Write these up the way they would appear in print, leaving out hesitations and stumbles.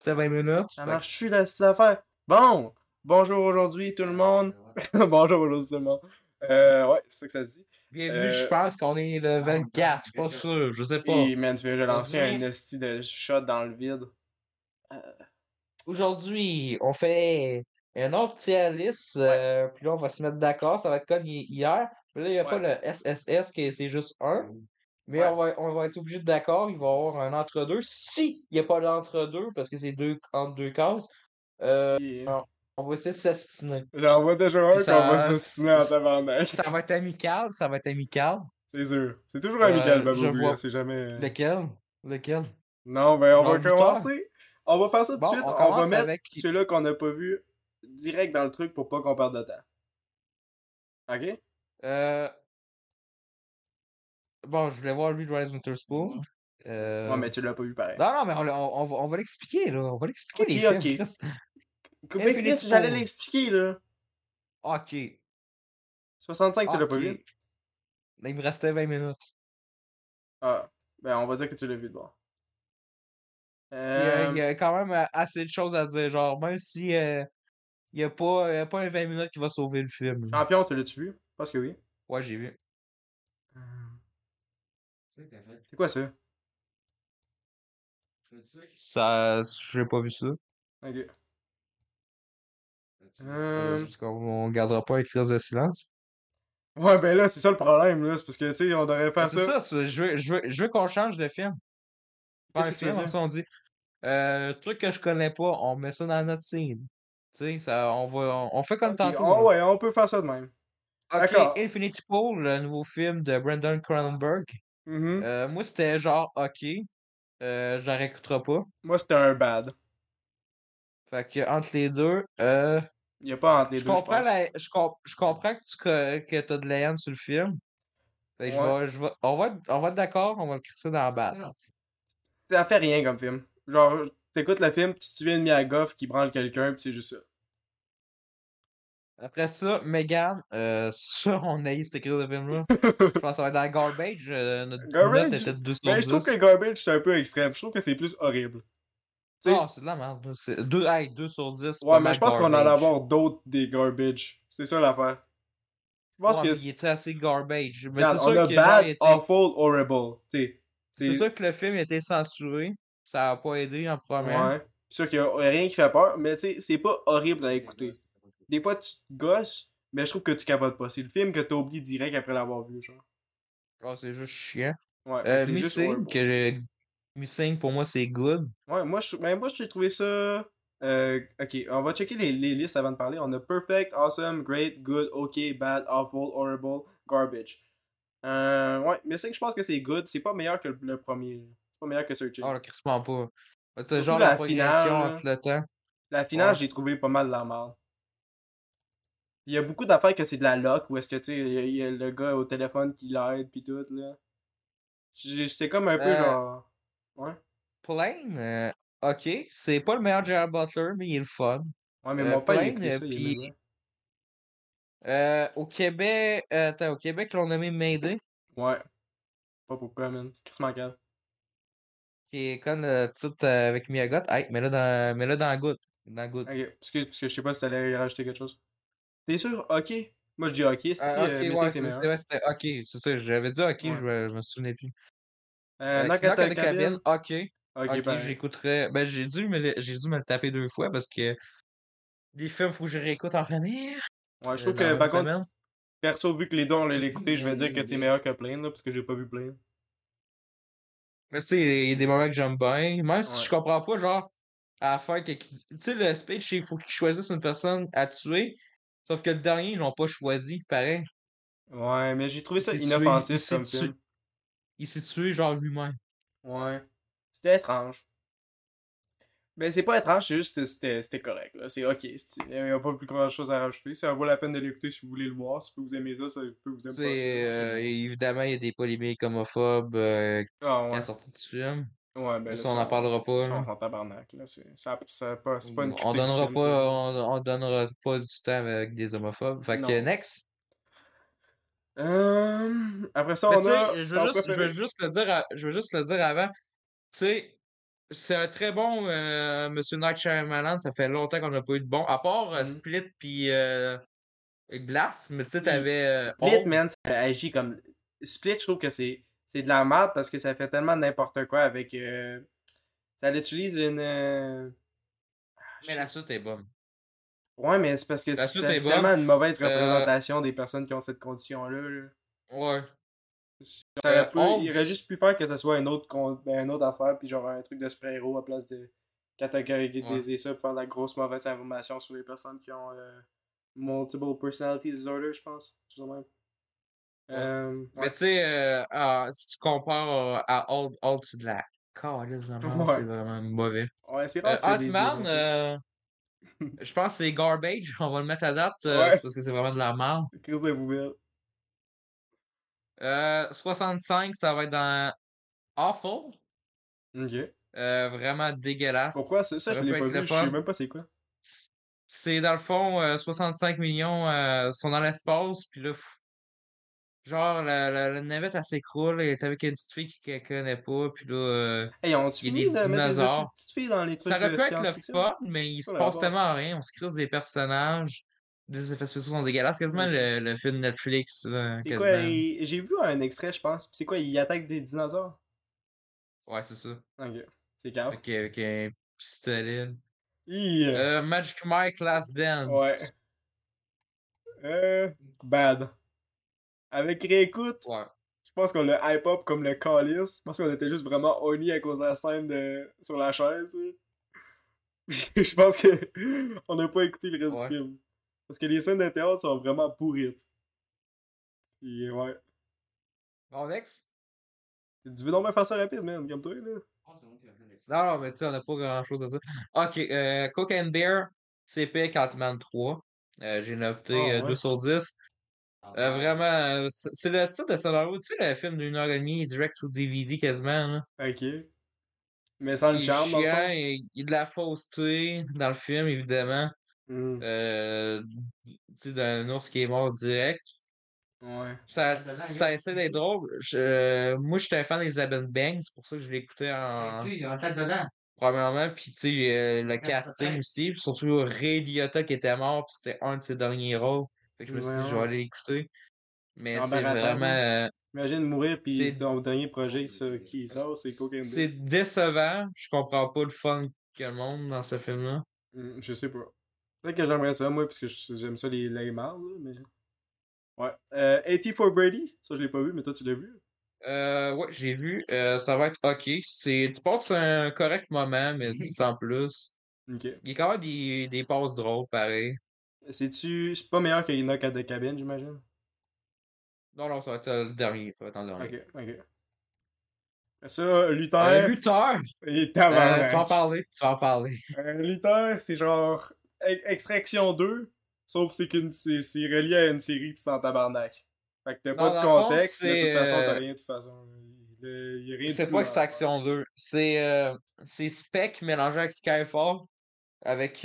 C'était 20 minutes. Ça Fait que- marche-tu la petite affaire? Bon, bonjour aujourd'hui tout le monde. Bonjour aujourd'hui tout le monde. Ouais, c'est ça que ça se dit. Bienvenue, je pense qu'on est le 24, je suis pas sûr, je sais pas. Et man, tu viens de lancer un Aujourd'hui, esti de shot dans le vide. aujourd'hui, on fait un autre tier list, Ouais, puis là, on va se mettre d'accord, ça va être comme hier. Puis là, il n'y a pas ouais, le SSS, qui c'est juste un. Mais ouais. on va être obligé de d'accord, il va y avoir un entre-deux. Si il n'y a pas d'entre-deux, parce que c'est deux entre deux cases, Et alors, on va essayer de s'astiner. j'en vois déjà Puis un qu'on va ça, s'ostiner en tabarnak. ça va être amical, ça va être amical. C'est sûr. C'est toujours amical, Je Baboubu, là, vois c'est jamais. lequel? Lequel? Non, ben on Genre va 8 heures? commencer. On va faire ça tout de Bon, suite. on On va commence mettre avec. ceux-là qu'on n'a pas vu direct dans le truc pour pas qu'on perde de temps. Ok? euh, bon, je voulais voir lui Rise Witherspoon. Ouais, Euh, mais tu l'as pas vu pareil. non, non, mais on va l'expliquer, là. On va l'expliquer, Ok, les films, ok. Chris. Ben Infinity Chris, j'allais Pool. l'expliquer là. Ok. 65, tu l'as pas Ok. vu? Là, il me restait 20 minutes. Ah, ben on va dire que tu l'as vu de bord. Puis il Euh... y a quand même assez de choses à dire. Genre, même si il y a pas un 20 minutes qui va sauver le film, là. Champion, tu l'as-tu vu? Parce que oui. Ouais, j'ai vu. Euh, C'est quoi ça? Ça, j'ai pas vu ça. Ok. Je Euh... sais qu'on gardera pas un crise de silence. Ouais, ben là, c'est ça le problème, là. C'est parce que, tu sais, on devrait Ben, faire c'est ça. ça, je veux qu'on change de film. Pas un Qu'est-ce que tu veux film, comme dire? ça on dit. Truc que je connais pas, on met ça dans notre scene. Tu sais, ça, on fait comme Ok, tantôt, là. oh ouais, on peut faire ça de même. Ok, D'accord. Infinity Pool, le nouveau film de Brandon Cronenberg. Mhm. Moi, c'était genre, ok, je la réécouterai pas. Moi, c'était un bad. Fait que entre les deux, Il y a pas entre les je deux, je comprends pense. je comprends que t'as de la haine sur le film. Fait que Ouais. on va être d'accord, on va le crisser dans la batte. Ça fait rien comme film. Genre, t'écoutes le film, tu te souviens de Mia Goff qui branle quelqu'un, pis c'est juste ça. Après ça, Megan, ça, on a eu cette crise de film-là. Je pense que ça va être dans Garbage. Notre note Garbage? était de 2 sur Ben, je trouve que 10. Garbage, c'est un peu extrême. Je trouve que c'est plus horrible. Tu Ah, sais, c'est de la merde, là. C'est 2, hey, 2 sur 10, c'est ouais, pas mais mal je pense qu'on en a garbage. avoir d'autres des Garbage. C'est ça l'affaire. Je pense Ouais, que. mais il était assez garbage. Mais Regarde, c'est on sûr a que genre, bad, awful, horrible. Tu sais, c'est c'est. sûr que le film était censuré. Ça a pas aidé en premier. Ouais. C'est sûr qu'il y a rien qui fait peur, mais tu sais, c'est pas horrible à écouter. Des fois, tu te gosses, mais je trouve que tu capotes pas. C'est le film que t'as oublié direct après l'avoir vu, genre. Ah, c'est juste chiant. Ouais, fait que c'est juste Missing, horrible. que j'ai. Missing, pour moi, c'est good. Ouais, moi, j'ai trouvé ça. Ok, on va checker les listes avant de parler. On a perfect, awesome, great, good, ok, bad, awful, horrible, garbage. Ouais, mais c'est que je pense que c'est good. C'est pas meilleur que le premier. C'est pas meilleur que Ah, Searching. le crissement pas. T'as Surtout genre la la progression finale, entre là. le temps. La finale, Ouais. j'ai trouvé pas mal de la merde. Il y a beaucoup d'affaires que c'est de la luck, où est-ce que, tu sais, il y a le gars au téléphone qui l'aide, pis tout, là. C'est comme un peu Euh, genre. Ouais. Plane, ok. C'est pas le meilleur Gerard Butler, mais il est le fun. Ouais, mais mon père, il a Plane, écrit ça, il aimait puis bien. au Québec, attends, au Québec, l'on nommé Mayday, Ouais. Pas pourquoi, man. Chris Mancal. qui est comme le titre avec Miyagot. Hey, mets le dans Good. Dans Good. Ok, excuse, parce que je sais pas si t'allais y rajouter quelque chose. T'es sûr? Ok. Moi, je dis ok. Si, Ok, Missing, ouais, c'est c'est meilleur. vrai, c'était ok. C'est ça, j'avais dit ok, Ouais. je me souvenais plus. Knock at Knock at the the Cabin, Cabin. ok. Ok, Ok, pareil. j'écouterai. Ben, j'ai dû me le taper deux fois parce que les films, faut que je réécoute en famille Ouais, je trouve dans que, la même par contre, semaine. perso, vu que les deux, on l'a écouté, je vais dire que c'est meilleur que Plane, là, parce que j'ai pas vu Plane. Mais tu sais, il y a des moments que j'aime bien. Même si je Ouais. comprends pas, genre, à la fin, tu sais, le speech, il faut qu'ils choisissent une personne à tuer. Sauf que le dernier, ils l'ont pas choisi, pareil. Ouais, mais j'ai trouvé Il ça s'est tué, inoffensif comme film. il s'est tué, genre, lui-même. Ouais. C'était étrange. Mais c'est pas étrange, c'est juste que c'était correct, là. C'est ok. Il y a pas plus grand chose à rajouter. Ça vaut la peine de l'écouter si vous voulez le voir. Si vous aimez ça, ça peut vous Tu aimer pas ça. sais, Donc, évidemment, il y a des polémiques homophobes ah, à la ouais. sortie du film. Ouais, Mais ben là, ça, on n'en parlera pas, ça, là. on s'en tabarnak, là. C'est pas une On critique du donnera film, c'est pas, juste. on donnera pas du temps avec des homophobes. Fait que, Non. next. Après ça, Mais tu on a sais, ton je veux préféré. juste le dire, je veux juste le dire avant. Tu sais, C'est un très bon Monsieur Night Shyamalan. Ça fait longtemps qu'on n'a pas eu de bon. À part Mhm. Split puis Glass, mais tu sais, Puis t'avais Split, Old. man, ça agit comme. Split, je trouve que c'est de la merde parce que ça fait tellement n'importe quoi avec. Ça utilise une. Mais la Shit. suite est bonne. Ouais, mais c'est parce que La suite est c'est bonne. tellement une mauvaise Euh, représentation des personnes qui ont cette condition-là. Là. ouais. Il Old, aurait juste pu faire que ça soit une autre affaire, puis genre un truc de super-héros à place de ouais. catégoriser ça pour faire de la grosse mauvaise information sur les personnes qui ont multiple personality disorder, je pense. C'est ça même. Ouais. Mais Ouais. tu sais, si tu compares Old, c'est de la calice de merde, c'est Ouais. vraiment mauvais. Ouais, c'est rare qu'il y ait des bons Ant-Man, films. je pense que c'est Garbage. On va le mettre à date, c'est Ouais. parce que c'est vraiment de la merde. Crise de poubelle. 65, ça va être dans Awful. Ok. Vraiment Pourquoi dégueulasse. ça? Ça, Ça je aurait l'ai pu pas être le vu, je sais fun. même pas c'est quoi. C'est dans le fond, 65 millions sont dans l'espace, puis là, genre, la navette, elle s'écroule, et t'es avec une petite fille qu'elle connaît pas, puis là, Hey, ont-tu il y a des fini de mettre des hosties de dinosaures. petites filles dans les Ça trucs aurait de pu être le science-fiction? fun, mais il C'est se quoi le passe rapport? tellement rien. On se crée des personnages, des effets spéciaux sont dégueulasses, quasiment Ok. le film Netflix, C'est quoi? quasiment. J'ai vu un extrait, je pense. Pis c'est quoi? Il attaque des dinosaures? Ouais, c'est ça. Ok. C'est calme. Avec un pistolet. Yeah. Magic Mike Last Ouais. Dance. Bad. Avec réécoute, Ouais. je pense qu'on l'a hype up comme le calice. Je pense qu'on était juste vraiment horny à cause de la scène sur la chaise, tu sais. Je pense que on n'a pas écouté le reste du Ouais. film. Parce que les scènes d'intérieur sont vraiment pourrites. Et ouais. Bon, next. Tu veux donc me faire ça rapide, man, comme toi, là? Non, non, mais tu sais, on n'a pas grand-chose à dire. Ok, Cook and Bear, CP Catman 3. J'ai Ah noté 2 ouais. sur 10. Vraiment, c'est le titre de scénario, tu sais, le film d'une heure et demie, direct ou DVD quasiment, là. Ok. Mais sans le Il est charme, dans le chiant, fond. et il y a de la fausseté dans le film, évidemment. Hmm. Euh, tu sais, d'un ours qui est mort direct. Ouais. Ça essaie d'être drôle. Moi, j'étais un fan d'Elizabeth Banks, c'est pour ça que je l'écoutais premièrement. Puis, tu sais, le casting aussi. Puis surtout, Ray Liotta qui était mort, puis c'était un de ses derniers rôles. Fait que je me suis dit, je vais Ouais. aller l'écouter. C'est Mais c'est embarrassant, vraiment. ça. Imagine mourir pis c'est C'est ton dernier projet qui sort, c'est Cocaine c'est Bear. décevant. Je comprends pas le fun que le monde dans ce film-là. Je sais pas. Peut-être que j'aimerais ça, moi, parce que j'aime ça les mardes, là, mais. Ouais. 80 for Brady, ça je l'ai pas vu, mais toi tu l'as vu. Ouais, j'ai vu. Ça va être OK. Tu passes un correct moment, mais sans plus. Ok. Il y a quand même des passes drôles, pareil. C'est pas meilleur que Knock at the Cabin, j'imagine? Non, non, ça va être le dernier. Ça va être dans le dernier. Ok. Ça, Luther, Luther, et tu vas en tabarnak. parler. Tu vas en parler. Luther, c'est genre Extraction 2, sauf c'est relié à une série qui s'en tabarnak. Fait que t'as pas Non, de dans le fond, contexte, là, de toute façon, t'as rien de toute façon. Il y a rien du c'est tout pas dans l'affaire. Extraction 2. C'est Spec mélangé avec Skyfall, avec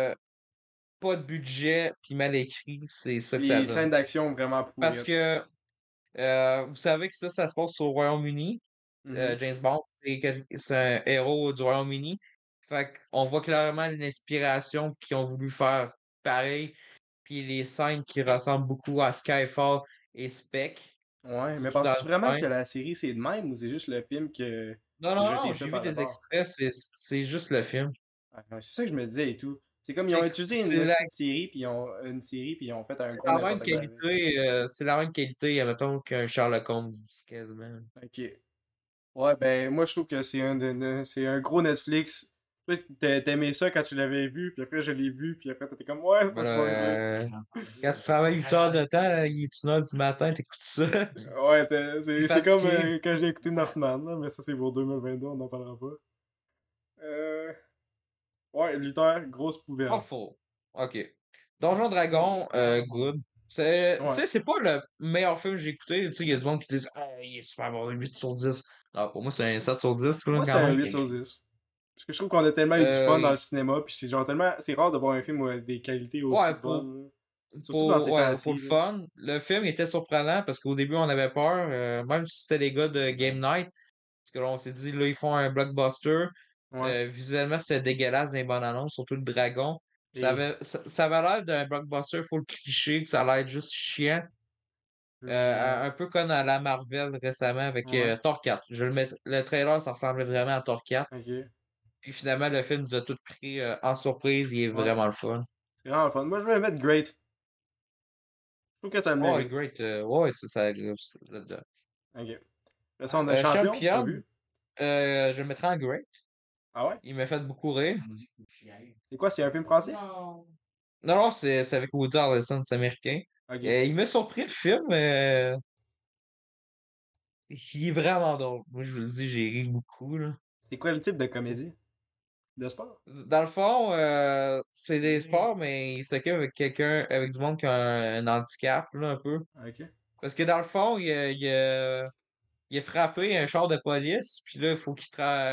pas de budget puis mal écrit. C'est ça que ça Puis donne. scène d'action vraiment Parce pourrite. que vous savez que ça se passe au Royaume-Uni. Mhm. James Bond, c'est un héros du Royaume-Uni. Fait qu'on voit clairement l'inspiration qu'ils ont voulu faire pareil. Puis les scènes qui ressemblent beaucoup à Skyfall et Spec, Ouais, mais surtout dans penses-tu le vraiment que fin. la série c'est de même ou c'est juste le film que Non, a non, jeté non, ça j'ai vu par des rapport? extraits, c'est juste le film. Ah, ouais, c'est ça que je me disais et tout. C'est comme ils ont C'est utilisé c'est la, petite série puis ils ont fait un c'est gros la même n'importe quoi avec. qualité, mettons, qu'un Sherlock Holmes, quasiment. Ok. Ouais, ben moi je trouve que c'est un gros Netflix. Toi, t'aimais ça quand tu l'avais vu, puis après je l'ai vu, puis après t'étais comme ouais, c'est pas Voilà, si bon que ça. quand tu travailles 8 heures de temps, il est 1 heure du matin, t'écoutes ça. Ouais, T'es c'est comme fatigué. quand j'ai écouté Northman, là, mais ça c'est pour 2022, on n'en parlera pas. Euh, ouais, Luther, grosse poubelle. Awful. OK. Donjon Dragon, good. Tu Ouais. sais, c'est pas le meilleur film que j'ai écouté. Tu sais, il y a du monde qui dit ah, il est super bon, 8 sur 10. Alors, pour moi, c'est un 7 sur 10, là, Moi c'était quand un même. 8 sur 10. Parce que je trouve qu'on a tellement eu du fun dans Euh, le cinéma, puis c'est genre tellement. C'est rare de voir un film où il y a des qualités aussi ouais, pour, bonnes, là. Surtout dans ces pour temps-ci, le là. fun, le film était surprenant parce qu'au début, on avait peur, même si c'était les gars de Game Night, parce que là, on s'est dit, là, ils font un blockbuster. Ouais. Visuellement, c'était dégueulasse dans les bandes annonces, surtout le dragon. Et. Ça avait l'air d'un blockbuster full cliché, que ça allait être juste chiant. Ouais. Un peu comme à la Marvel récemment avec Ouais. Thor 4. Le trailer, ça ressemblait vraiment à Thor 4. Ok. Puis finalement, le film nous a tout pris en surprise. Il est Ouais. vraiment le fun. C'est vraiment le fun. Moi, je vais mettre Great. Je trouve que ça le Oh, mérite. great. Ouais, là-dedans. Ok. Là, ça, on a Champion. T'as Champion, vu? je le mettrais en great. Ah ouais? Il m'a fait beaucoup rire. C'est quoi? C'est un film français? Non, non, c'est avec Woody Harrelson, c'est américain. Ok. Il m'a surpris le film. Il est vraiment drôle. Moi, je vous le dis, j'ai ri beaucoup, là. C'est quoi le type de comédie? De sport? Dans le fond, c'est des sports, mais il s'occupe avec quelqu'un, avec du monde qui a un handicap, là, un peu. Ok. Parce que dans le fond, il a frappé un char de police, puis là, il faut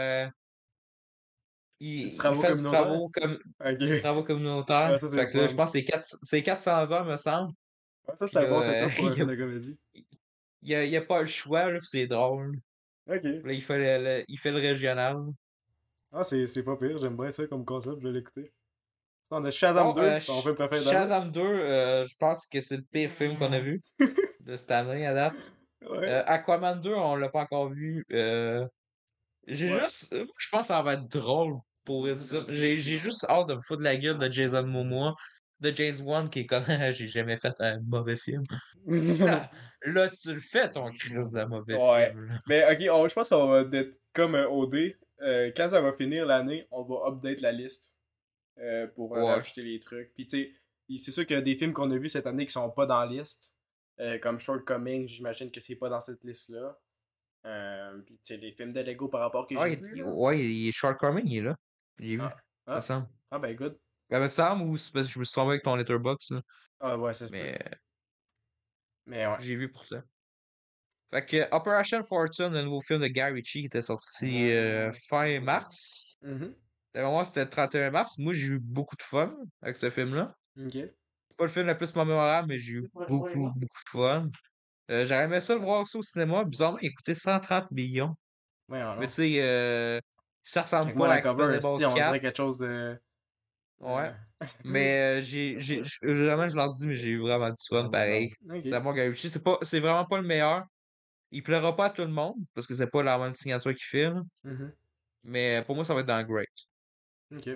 C'est du il travaux fasse du communautaire? Ok. travaux communautaires. Ouais, ça, c'est le Fait que là, je fun. pense que c'est 400 heures, me semble. Ouais, ça, c'est Puis un là, bon setup pour un film de comédie. il a pas le choix, là, puis c'est drôle. Ok. Puis là, il fait le régional. Ah, c'est pas pire. J'aime bien ça comme concept. Je vais l'écouter. Ça, on a Shazam Bon, 2, ton film préféré de l'année? Shazam 2, je pense que c'est le pire film qu'on a vu de cette année à date. Ouais. Aquaman 2, on l'a pas encore vu. Ouais. Je pense que ça va être drôle pour dire ça. J'ai juste hâte de me foutre la gueule de Jason Momoa, de James Wan qui est comme j'ai jamais fait un mauvais film. Là, tu le fais ton crise de mauvais Ouais. film, là. Mais ok, je pense qu'on va être comme OD. Quand ça va finir l'année, on va update la liste pour Ouais. rajouter les trucs. Puis tu sais, c'est sûr qu'il y a des films qu'on a vus cette année qui sont pas dans la liste. Comme Shortcoming, j'imagine que c'est pas dans cette liste-là. Puis tu sais, les films de Lego par rapport que Ah, j'ai vus là. ouais, Shortcoming, il est là. J'ai vu, Ah, me ah, semble. ah ben good. Ben, me semble ou c'est parce que je me suis trompé avec ton Letterboxd, là. Ah ouais, ça se peut. Mais Mais ouais. j'ai vu pourtant. Fait que Operation Fortune, le nouveau film de Guy Ritchie qui était sorti fin mars. Mhm. D'après moi, c'était le 31 mars. Moi, j'ai eu beaucoup de fun avec ce film-là. Ok. C'est pas le film le plus mémorable, mais j'ai eu beaucoup de fun. J'aurais aimé ça le voir aussi au cinéma. Bizarrement, il a coûté 130 millions. Ouais, Mais tu alors. sais, ça ressemble Check-moi pas à la cover, Expendable si on dirait 4. quelque chose de. Ouais. euh, Mais vraiment, je leur dis, mais j'ai eu vraiment du fun pareil. C'est ok. moi, Guy Ritchie. C'est vraiment pas le meilleur. Il plaira pas à tout le monde, parce que c'est pas la même signature qu'il fait, là. Mhm. Mais pour moi, ça va être dans Great. Ok.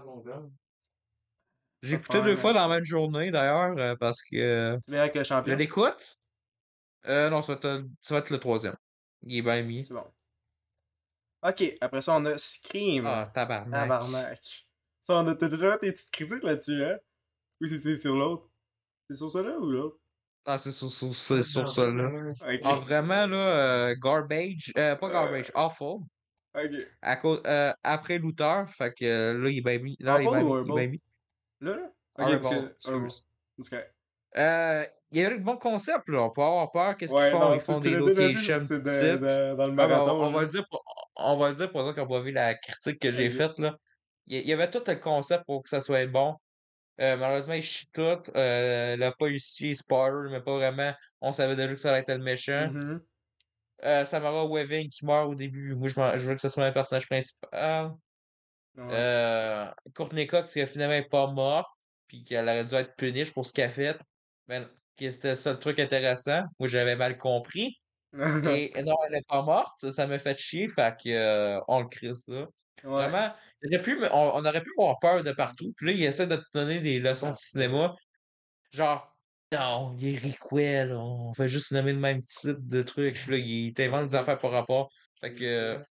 J'ai Pas de écouté deux problème fois avec dans ça. la même journée, d'ailleurs, parce que Tu viens avec le je champion? l'écoute. Non, ça va être le troisième. Il est bien mis. C'est bon. Ok, après ça, on a Scream. Ah, tabarnak. Tabarnak. Ça, t'as déjà tes petites critiques là-dessus, hein? Ou c'est sur l'autre? C'est sur celui-là ou l'autre? Ah, c'est sur ça, là. Ah, Ok. vraiment, là, garbage. Pas garbage, awful. Ok. Après Luther, fait que là, il est bien mis. Là, Apple ou il est bien Horrible? mis. Là, là? Ok, parce Horrible, que. Horrible. excuse. C'est correct. Il y a eu de bons concepts, là. On peut avoir peur. Qu'est-ce qu'ils Ouais, font? non, Ils font tu des l'as déjà dit, locations c'est petites. dans le Ah, ben, marathon, là. on va le dire pour ceux qui n'ont pas vu la critique que j'ai Ok. faite, là. Il y avait tout le concept pour que ça soit bon. Malheureusement, il chie tout. Le policier, spoiler, mais pas vraiment. On savait déjà que ça allait être le méchant. Mhm. Samara Weaving qui meurt au début. Moi, je veux que ce soit un personnage principal. Ouais. Courtney Cox, qui finalement est pas morte, puis qu'elle aurait dû être punie pour ce qu'elle a fait. Ben, que c'était ça le truc intéressant. Moi, j'avais mal compris. Et non, elle n'est pas morte. Ça m'a fait chier, fait que, on le crisse, là. Ouais. Vraiment, on aurait pu avoir peur de partout. Puis là, il essaie de te donner des leçons de cinéma. Genre, non, il est Riquel, on fait juste nommer le même type de truc. Puis là, il t'invente des affaires par rapport. Fait que,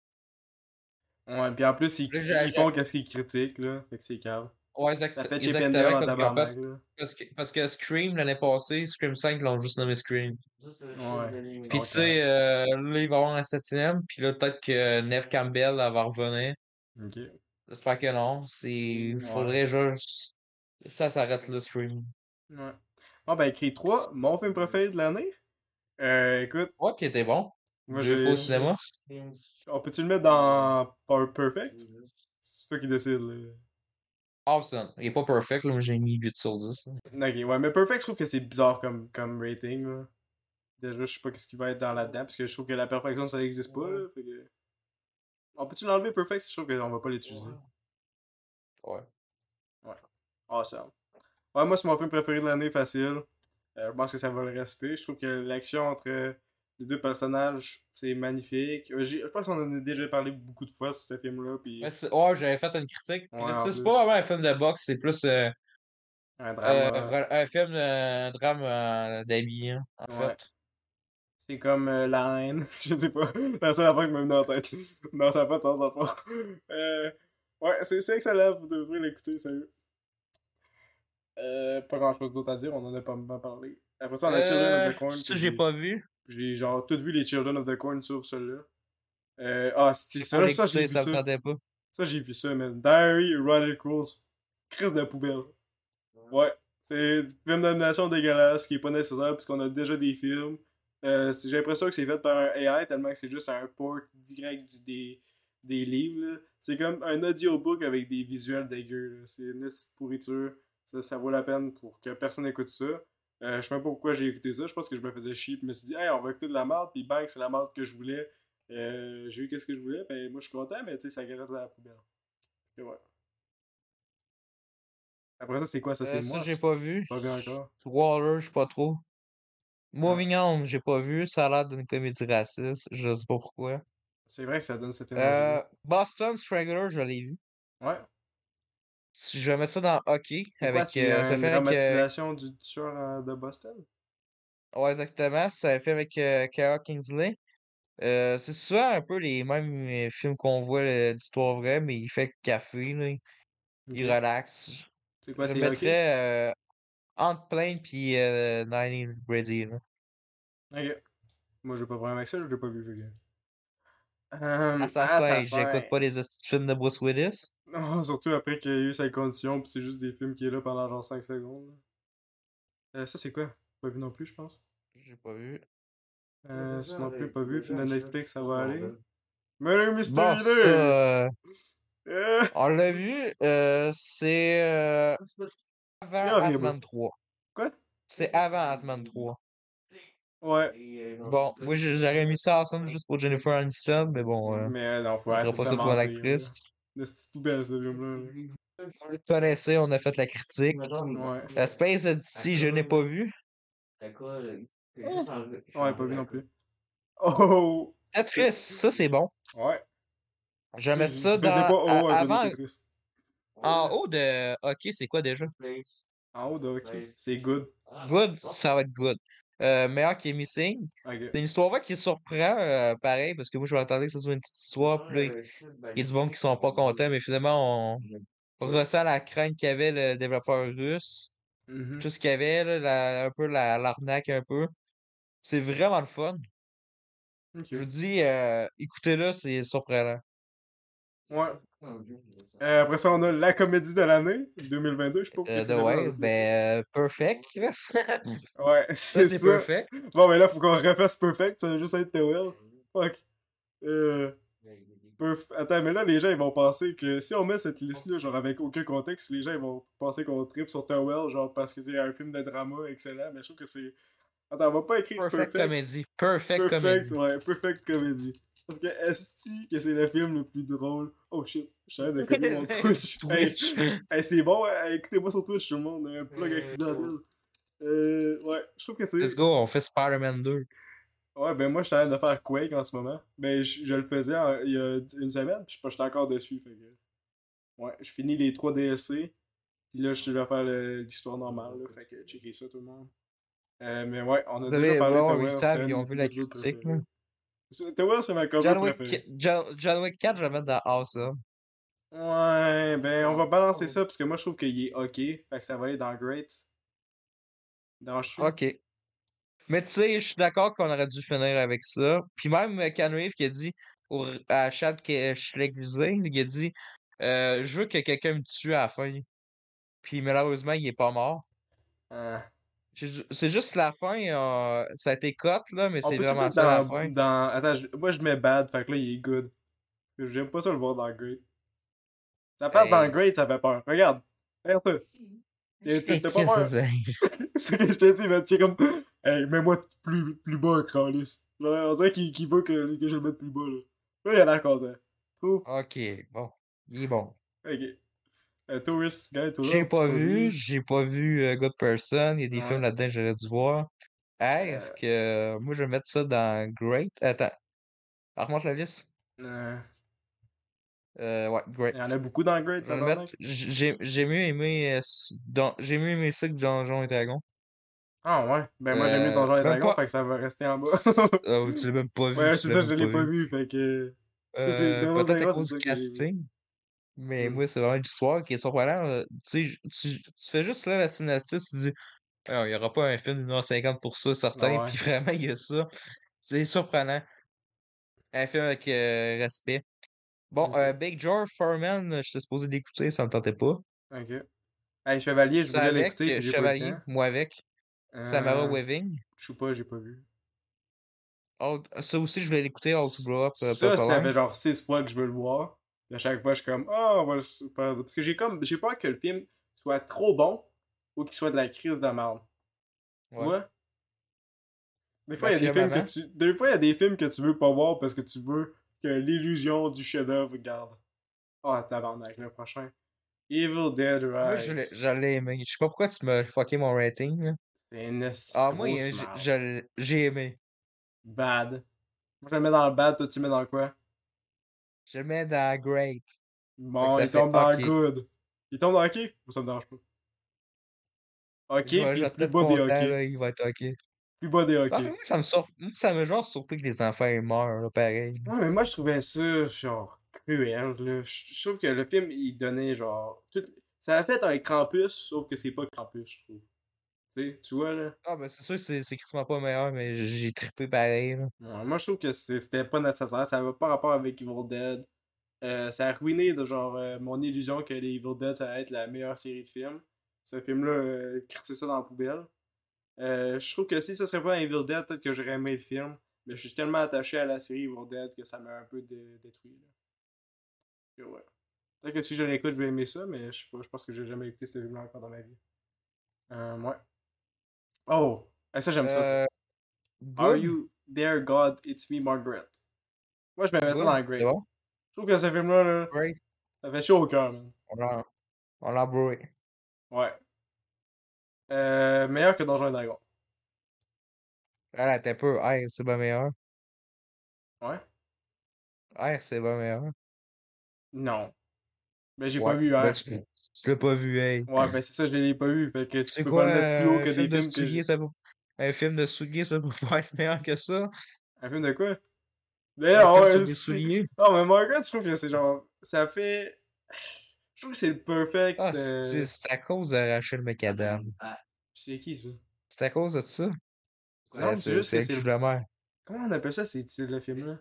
Ouais, puis en plus, là, ils font qu'est-ce qu'ils critiquent, là. Fait que c'est calme. ouais, Ça fait Chip and Dale exactement en comme qu'ils ont fait. tabarnak, là. Parce que Scream, l'année passée, Scream 5, ils l'ont juste nommé Scream. Ouais. Ils Puis sont tu calmes. sais, là, il va y avoir un septième. Puis là, peut-être que Neve Campbell, elle va revenir. Ok. J'espère que non. Il Ouais. faudrait juste. Ça s'arrête le Scream. Ouais. Bon, ben, écrit 3 mon film préféré de l'année. Écoute, Ouais, qui était bon. moi, Deux fois au cinéma. On peut-tu le mettre dans Perfect? C'est toi qui décides, là. Awesome. Il est pas perfect, là, mais j'ai mis 8 sur 10. Ok, ouais, mais Perfect, je trouve que c'est bizarre comme rating, là. Déjà, je sais pas qu'est-ce qui va être dans là-dedans, parce que je trouve que la perfection, ça n'existe pas, là. Fait que. On peut-tu l'enlever Perfect? Je trouve qu'on va pas l'utiliser. Ouais. Ouais. Awesome. Ouais, moi, c'est mon film préféré de l'année, facile. Je pense que ça va le rester. Je trouve que l'action entre les deux personnages, c'est magnifique. Je pense qu'on en a déjà parlé beaucoup de fois sur ce film-là. Puis, Ouais, j'avais fait une critique. ouais, Puis là, tu en sais, c'est pas plus, vraiment un film de boxe, c'est plus un drama. un film de drame d'amis, hein, en Ouais. fait. C'est comme la haine. Je sais pas. La seule affaire qui m'a venu en tête. Non, ça n'a pas de sens, dans le fond. Ouais, c'est excellent. Vous devrez l'écouter, sérieux. Pas grand-chose d'autre à dire. On en a pas mal parlé. Après ça, on a Children of the Corn. Que Ça, j'ai pas vu. j'ai genre tout vu les Children of the Corn sur celui-là. Ah, c'est J'ai pas ça, j'ai l'écouter, vu ça me ça. tentait pas. Ça, j'ai vu ça, man. Diary Erotic Rules. Crise de poubelle. Ouais. C'est du film d'animation dégueulasse qui est pas nécessaire puisqu'on a déjà des films. J'ai l'impression que c'est fait par un AI tellement que c'est juste un port direct des livres. Là. C'est comme un audiobook avec des visuels dégueux. Là. C'est une petite pourriture. Ça vaut la peine pour que personne écoute ça. Je sais même pas pourquoi j'ai écouté ça. Je pense que je me faisais chier. Puis je me suis dit, hey, on va écouter de la merde. Puis bang, c'est la merde que je voulais. J'ai eu qu'est-ce que je voulais. Ben moi, je suis content, mais tu sais, ça gratte la poubelle. Et ouais. Après ça, c'est quoi ça? C'est Ça, moi? j'ai pas vu. Pas vu encore. Waller, je sais pas trop. Ah. Moving On, j'ai pas vu. Ça a l'air d'une comédie raciste. Je sais pas pourquoi. C'est vrai que ça donne cette énergie-là. Boston Strangler, je l'ai vu. Ouais. Si je vais mettre ça dans Hockey, C'est quoi? avec, C'est ça une fait avec, dramatisation du tueur de Boston? ouais, exactement, ça fait avec Kara Kingsley. C'est souvent un peu les mêmes films qu'on voit d'histoire vraie, mais il fait café, là. Il Ok. relaxe. C'est quoi? Je le C'est hockey? mettrais entre Plane puis Nine Inch Brady, là. Ok. Moi, j'ai pas de problème avec ça, je l'ai pas vu. Fait que... Assassin, Assassin. j'écoute pas les hosties de films de Bruce Willis. Non, surtout après qu'il y a eu sa condition, pis c'est juste des films qui est là pendant genre 5 secondes. Ça, c'est quoi? Pas vu non plus, je pense. J'ai pas vu. Ça non plus, pas vu. Film de Netflix, ça va aller. Murder Bon, Mystery ça, 2! Euh, on l'a vu, c'est c'est avant horrible. Ant-Man 3. Quoi? C'est avant Ant-Man 3. Ouais. Bon, moi j'aurais mis ça ensemble juste pour Jennifer Aniston, mais bon, Mais non, faut on mettra arrêter pas ça ça pour mentir, là. l'actrice. De cette poubelle, ce film-là. On le connaissait, on a fait la critique. Ouais. Space Odyssey, je n'ai pas vu. Ouais, pas vu non plus. Oh! Tetris, ça c'est bon. Ouais. Je vais mettre Tu ça mettais dans pas haut à cause de avant. Tetris. En haut de OK, c'est quoi déjà? En haut de hockey. C'est good. Good, ça va être good. Meilleur qui est Missing. Ok. C'est une histoire qui surprend, pareil, parce que moi je m'attendais que ce soit une petite histoire, puis là, il y a du monde qui sont pas contents, mais finalement on ressent la crainte qu'avait le développeur russe. Mhm. Tout ce qu'il y avait, là, un peu l'arnaque un peu. C'est vraiment le fun. Je vous Ok. dis, écoutez-le, c'est surprenant. Ouais. Après ça, on a la comédie de l'année 2022. Je sais pas qu'est-ce que The j'avais Whale, rajouté ça. ben, Perfect, Chris. Ouais, Ça, c'est c'est ça. Perfect. Bon, mais là, faut qu'on refasse Perfect. Ça va juste être The Well. Fuck. Euh, Attends, mais là, les gens, ils vont penser que si on met cette liste-là, genre avec aucun contexte, les gens, ils vont penser qu'on tripe sur Towel, genre parce que c'est un film de drama excellent, mais je trouve que c'est... Attends, on va pas écrire Perfect Perfect. Comedy. Perfect Perfect, Comedy. ouais, Perfect Comedy. Parce que esti que c'est le film le plus drôle. Oh shit, je suis en train de coller mon Twitch. Hey, Twitch. hey, c'est bon, hey, écoutez-moi sur Twitch tout le monde, un plug accidentel. Ouais, je trouve que Let's c'est... go, on fait Spider-Man 2. Ouais, ben moi, je suis en train de faire Quake en ce moment. Ben, je le faisais il y a une semaine, puis j'étais encore dessus, fait que... Ouais, je finis les 3 DLC, puis là, je vais faire l'histoire normale, là, fait que checkez ça tout le monde. Mais ouais, on a Vous déjà allez parlé de voir, ils Tower, c'est savent, un ils de ont vu mes la épisodes critique, là. préférés. Tower, c'est ma cover préférée. John Wick 4, je vais mettre dans Awesome. Ouais, ben on va balancer ça parce que moi je trouve qu'il est ok. Fait que ça va aller dans Great. Dans Chu. OK. Mais tu sais, je suis d'accord qu'on aurait dû finir avec ça. Puis même Ken Reeves qui a dit à Chad Schlegelzing, il a dit je veux que quelqu'un me tue à la fin. Puis malheureusement, il est pas mort. C'est juste la fin, ça a été cut, là, mais On c'est peut-tu vraiment mettre ça la fin. Attends, moi je mets Bad, fait que là il est good. Parce que j'aime pas ça le voir dans Great. Ça passe dans Ben, Great, ça fait peur. Regarde. Regarde ça. T'as pas Chris, ça, peur? C'est ce que je te dis, mais tu sais comme. Hey, mets-moi plus bas, Kralis. Genre, on dirait qu'il veut que je le mette plus bas là. Là, il a l'air content. trouves? Ok, bon. Il est bon. Ok. Tourist Guide to J'ai Love, pas pas vu, vu. j'ai pas vu Good Person. Il y a des films Ouais. là-dedans que j'aurais dû voir. Hey, Euh, moi je vais mettre ça dans Great. Attends, remonte la liste. euh, Ouais, Great. Il y en a beaucoup dans Je Great, vais le mettre. tabarnak. J'ai mieux aimé j'ai mieux aimé ça que Donjons et Dragons. Ah ouais. Ben moi j'aime mieux Donjons et Même Dragons, pas. fait que ça va rester en bas. Tu l'as même pas vu, Ouais, tu c'est l'as ça, je même l'ai pas pas vu. vu, fait que. Ça, c'est Donjons et Peut-être à Dragons, c'est cause du ça que j'ai vu. casting, mais Hmm. moi c'est vraiment l'histoire qui est surprenante. Tu sais, tu fais juste là la synopsis, tu dis, ah, il y aura pas un film d'1h50 pour ça, Ah certain, ouais. puis vraiment il y a ça. C'est surprenant. Un film avec respect. Bon, Ok. Big George Foreman, j'étais supposé l'écouter, ça me tentait pas. Ok. Hey, Chevalier, je Ça voulais avec, l'écouter, puis j'ai pas eu le Chevalier, temps. moi avec, Samara Euh. Weaving. Je sais pas, j'ai pas vu. Ça aussi, je vais l'écouter, All to Blow Up, Ça, ça fait Pipeline. genre 6 fois que je veux le voir. Puis à chaque fois, je suis comme, ah, on va le faire. Parce que j'ai peur que le film soit trop bon ou qu'il soit de la crise de merde. Tu Ouais. vois? Des fois, Ben, il y a des films que finalement, tu. Des fois, il y a des films que tu veux pas voir parce que tu veux que l'illusion du chef-d'œuvre garde. Ah, tabarnak, le prochain. Evil Dead moi, Rise. j'allais aimer. Je sais pas pourquoi tu m'as fucké mon rating, là. C'est une Ah, moi, grosse merde. j'ai aimé. Bad. Moi, je le mets dans le bad, toi, tu le mets dans quoi? Je le mets dans Great. Fait que Bon, ça il fait tombe dans OK. good. Il tombe dans OK? Moi, ça me dérange pas. OK, Je puis vais te plus mettre bas des content, OK. là, il va être OK. Plus bas des Ah, OK. mais moi, ça me genre surpris que les enfants ils meurent, là, pareil. Ouais, mais moi, je trouvais ça, genre, cruel, là. Je trouve que le film, il donnait, genre. Ça a fait un Krampus, sauf que c'est pas Krampus, je trouve. Tu vois, là. Ah, ben, c'est sûr que c'est crissement pas meilleur, mais j'ai trippé pareil, là. Ouais, moi, je trouve que c'était pas nécessaire. Ça avait pas rapport avec Evil Dead. Ça a ruiné, de, genre, mon illusion que les Evil Dead, ça allait être la meilleure série de films. Ce film-là, crissait ça dans la poubelle. Je trouve que si ce serait pas un Evil Dead, peut-être que j'aurais aimé le film. Mais je suis tellement attaché à la série Evil Dead que ça m'a un peu détruit, là. Et ouais. Peut-être que si je l'écoute, je vais aimer ça, mais je sais pas, je pense que j'ai jamais écouté ce film-là encore dans ma vie. Ouais. Oh! Ça, j'aime ça, ça. Euh, Are Good? You There, God? It's Me, Margaret. Moi, je me mets ça Good? dans C'est Great. bon? Je trouve que ce film-là, là, Great? ça fait chaud au cœur, man. On l'a brûlé. Ouais. Meilleur que Donjons et Dragons. Ah, t'es peu. Air, c'est pas meilleur. Ouais? Air, c'est pas meilleur. Non. Mais j'ai pas Ouais. vu Ben, hier. tu l'as pas vu, hey. Ouais, ben c'est ça, je l'ai pas vu. Fait que tu C'est peux pas quoi, le mettre plus haut un que des film de films que Sugi, j'ai. ça peut... Un film de Sugi, ça peut pas être meilleur que ça? Un film de quoi? Un D'ailleurs, film sur ouais, des c'est. souliers? Non, mais Margaret, je trouve que c'est genre. Ça fait. Je trouve que c'est le perfect. Ah, c'est à cause de Rachel McAdam. C'est qui ça? C'est à cause de ça. Non, mais c'est juste C'est que elle c'est qui le. joue la mère. Comment on appelle ça, ces titres de film-là?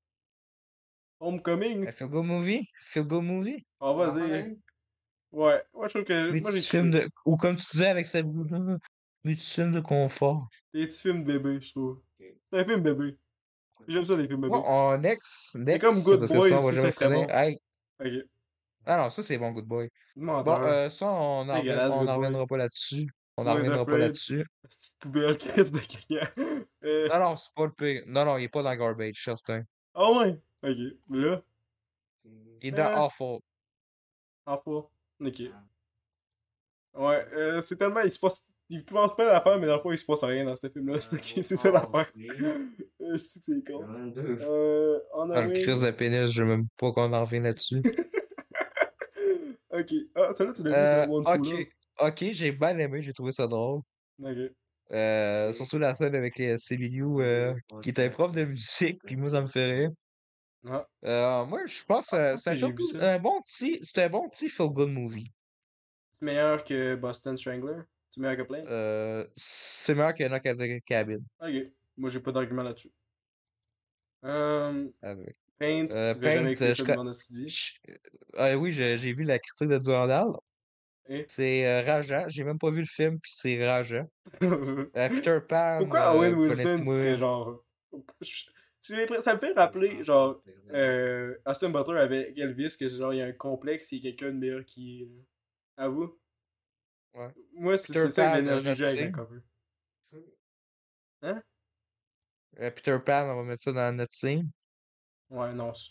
Homecoming? Un feel good movie? Feel good movie? On va dire. Ouais, moi je trouve que. Des Moi j'ai petits trippé. films de. Ou comme tu disais avec cette là des petits films de confort. Des petits films bébés, je trouve. C'est un film bébé. J'aime ça, les films Bon, bébés. C'est comme next, Good parce que Boys, ça, on va si ça jamais serait finir. bon. Hey, Ok. ah non, ça c'est bon, Good Boy. Bon, Menteur. ça, Dégueulasse, on Good en Boy. reviendra pas là-dessus. On n'en Boys reviendra pas Afraid. là-dessus. Petite poubelle, crise de caca. Non, non, c'est pas le pire. Non, non, il est pas dans Garbage, certain. Ah ouais. Ok. Là. Il est dans Euh. Awful. Enfin. Ok. Ouais, c'est tellement. Il se passe. Il pense pas à l'affaire, mais dans le fond, il se passe rien dans ce film-là. C'est ça l'affaire. C'est con. Ah, le crise Honoring. de pénis, je veux même pas qu'on en revienne là-dessus. Ok. Ah, celle-là, tu l'as vu, c'est One True Ok, Love. ok, j'ai bien aimé, j'ai trouvé ça drôle. Ok. Surtout la scène avec les CBU qui était prof de musique, puis moi ça me fait rire. Ah, Moi je pense je que pense que j'ai vu ça. c'était un bon petit feel-good movie. C'est meilleur que Boston Strangler. C'est meilleur que Plane. C'est meilleur que Knock at the Cabin. Ok. Moi, j'ai pas d'argument là-dessus. Euh, Avec, Paint. Je vais Paint, jamais écouter ça de mon astuce de vie. je- oui, j'ai vu la critique de Durandal. Et. C'est rageant. J'ai même pas vu le film, puis c'est rageant. Peter Pan, Pourquoi Owen Wilson connaissez-moi. serait genre. Ça me fait rappeler, genre, Austin Butler avec Elvis, que genre, il y a un complexe, il y a quelqu'un de meilleur qui est. Là. À vous? Ouais. Moi, Peter c'est ça Pan, l'énergie que notre j'ai avec un team. cover. Hein? Peter Pan, on va mettre ça dans notre team. Ouais, non, ça.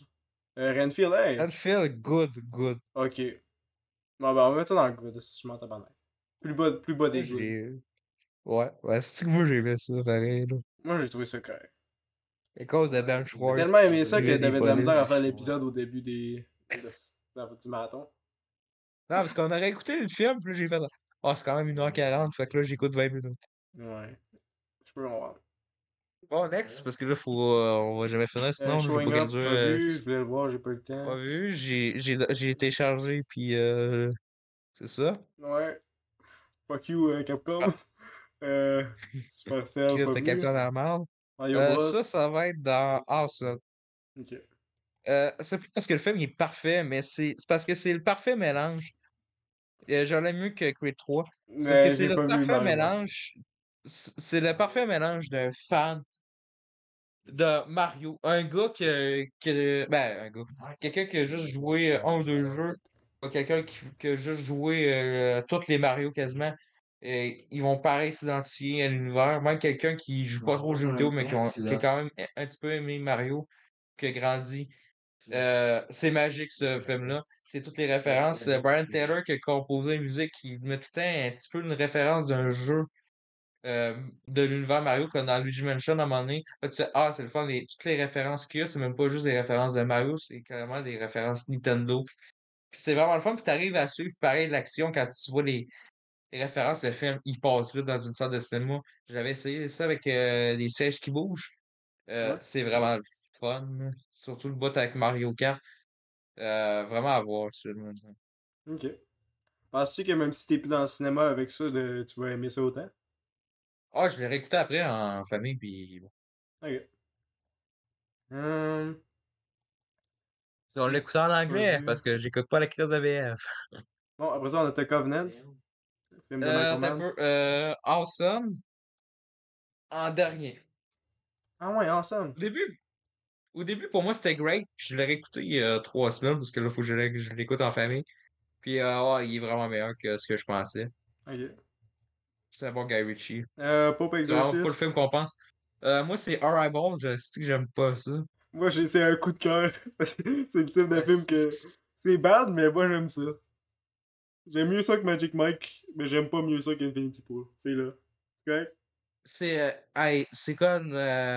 Renfield, hey! Renfield, good. Ok. Bon, ben, on va mettre ça dans le good, si je m'entends pas mal. Plus bas Moi, des goods. j'ai. Ouais, c'est que moi, j'aimais ça, pareil, là. Moi, j'ai trouvé ça correct. À cause de Ben T'as Schwartz tellement qui aimé ça que tuait des t'avais de la misère à faire polices. l'épisode au début du marathon. Non, parce qu'on aurait écouté le film, puis là, j'ai fait. Ah, c'est quand même 1h40, fait que là, j'écoute 20 minutes. Ouais. Je peux comprendre. Bon, next, parce que là, on va jamais finir, sinon, je vais Showing pas Up, réduire. pas vu, je voulais le voir, j'ai pas eu le temps. Pas vu, j'ai téléchargé, puis c'est ça. Ouais. Fuck you, Capcom. Ah, Euh, Supercell, Chris pas de vu. quelqu'un dans la merde. Mario Bros. Ça va être dans Awesome. Ok. C'est pas parce que le film il est parfait, mais c'est parce que c'est le parfait mélange. J'en mieux que Creed 3. C'est parce que Mais c'est j'ai le pas vu parfait Mario Bros. mélange. C'est le parfait mélange d'un fan de Mario. Un gars ben, un gars. Quelqu'un qui a juste joué un ou deux jeux. Pas quelqu'un qui a juste joué tous les Mario quasiment. Ils vont pareil s'identifier à l'univers. Même quelqu'un qui joue pas trop aux jeux vidéo, mais qui a quand même un petit peu aimé Mario, qui a grandi. C'est magique ce film-là. C'est toutes les références. Brian Taylor qui a composé la musique, il met tout le temps un petit peu une référence d'un jeu de l'univers Mario, comme dans Luigi Mansion à un moment donné. Là, tu sais, ah, c'est le fun, toutes les références qu'il y a, c'est même pas juste des références de Mario, c'est carrément des références Nintendo. Puis c'est vraiment le fun, puis t'arrives à suivre pareil l'action quand tu vois les références, le film, il passe vite dans une salle de cinéma. J'avais essayé ça avec des sièges qui bougent. Ouais. C'est vraiment le fun, là. Surtout le bout avec Mario Kart. Vraiment à voir, celui-là. Ok. Penses-tu que même si t'es plus dans le cinéma avec ça, tu vas aimer ça autant? Ah, je l'ai réécouté après en famille, puis bon. Ok. Hum, On film l'écoutait en pas anglais vu. parce que j'écoute pas la crise de VF. Bon, après ça, on a The Covenant, film de Michael T'as un Mann. peu. Awesome, en dernier. Ah ouais, ensemble. Au début, au début, pour moi, c'était great. Puis je l'ai réécouté il y a 3 semaines parce que là, faut que je l'écoute en famille. Puis, ouais, il est vraiment meilleur que ce que je pensais. Ok. C'est un bon Guy Ritchie. Pope C'est vraiment pas le film Exorcist. qu'on pense. Moi, c'est Arrival. Je sais que j'aime pas ça. Moi, c'est un coup de cœur. C'est le type de Euh, film que c'est bad, mais moi, j'aime ça. J'aime mieux ça que Magic Mike, mais j'aime pas mieux ça qu'Infinity Pool. C'est là. C'est correct? hey, c'est comme.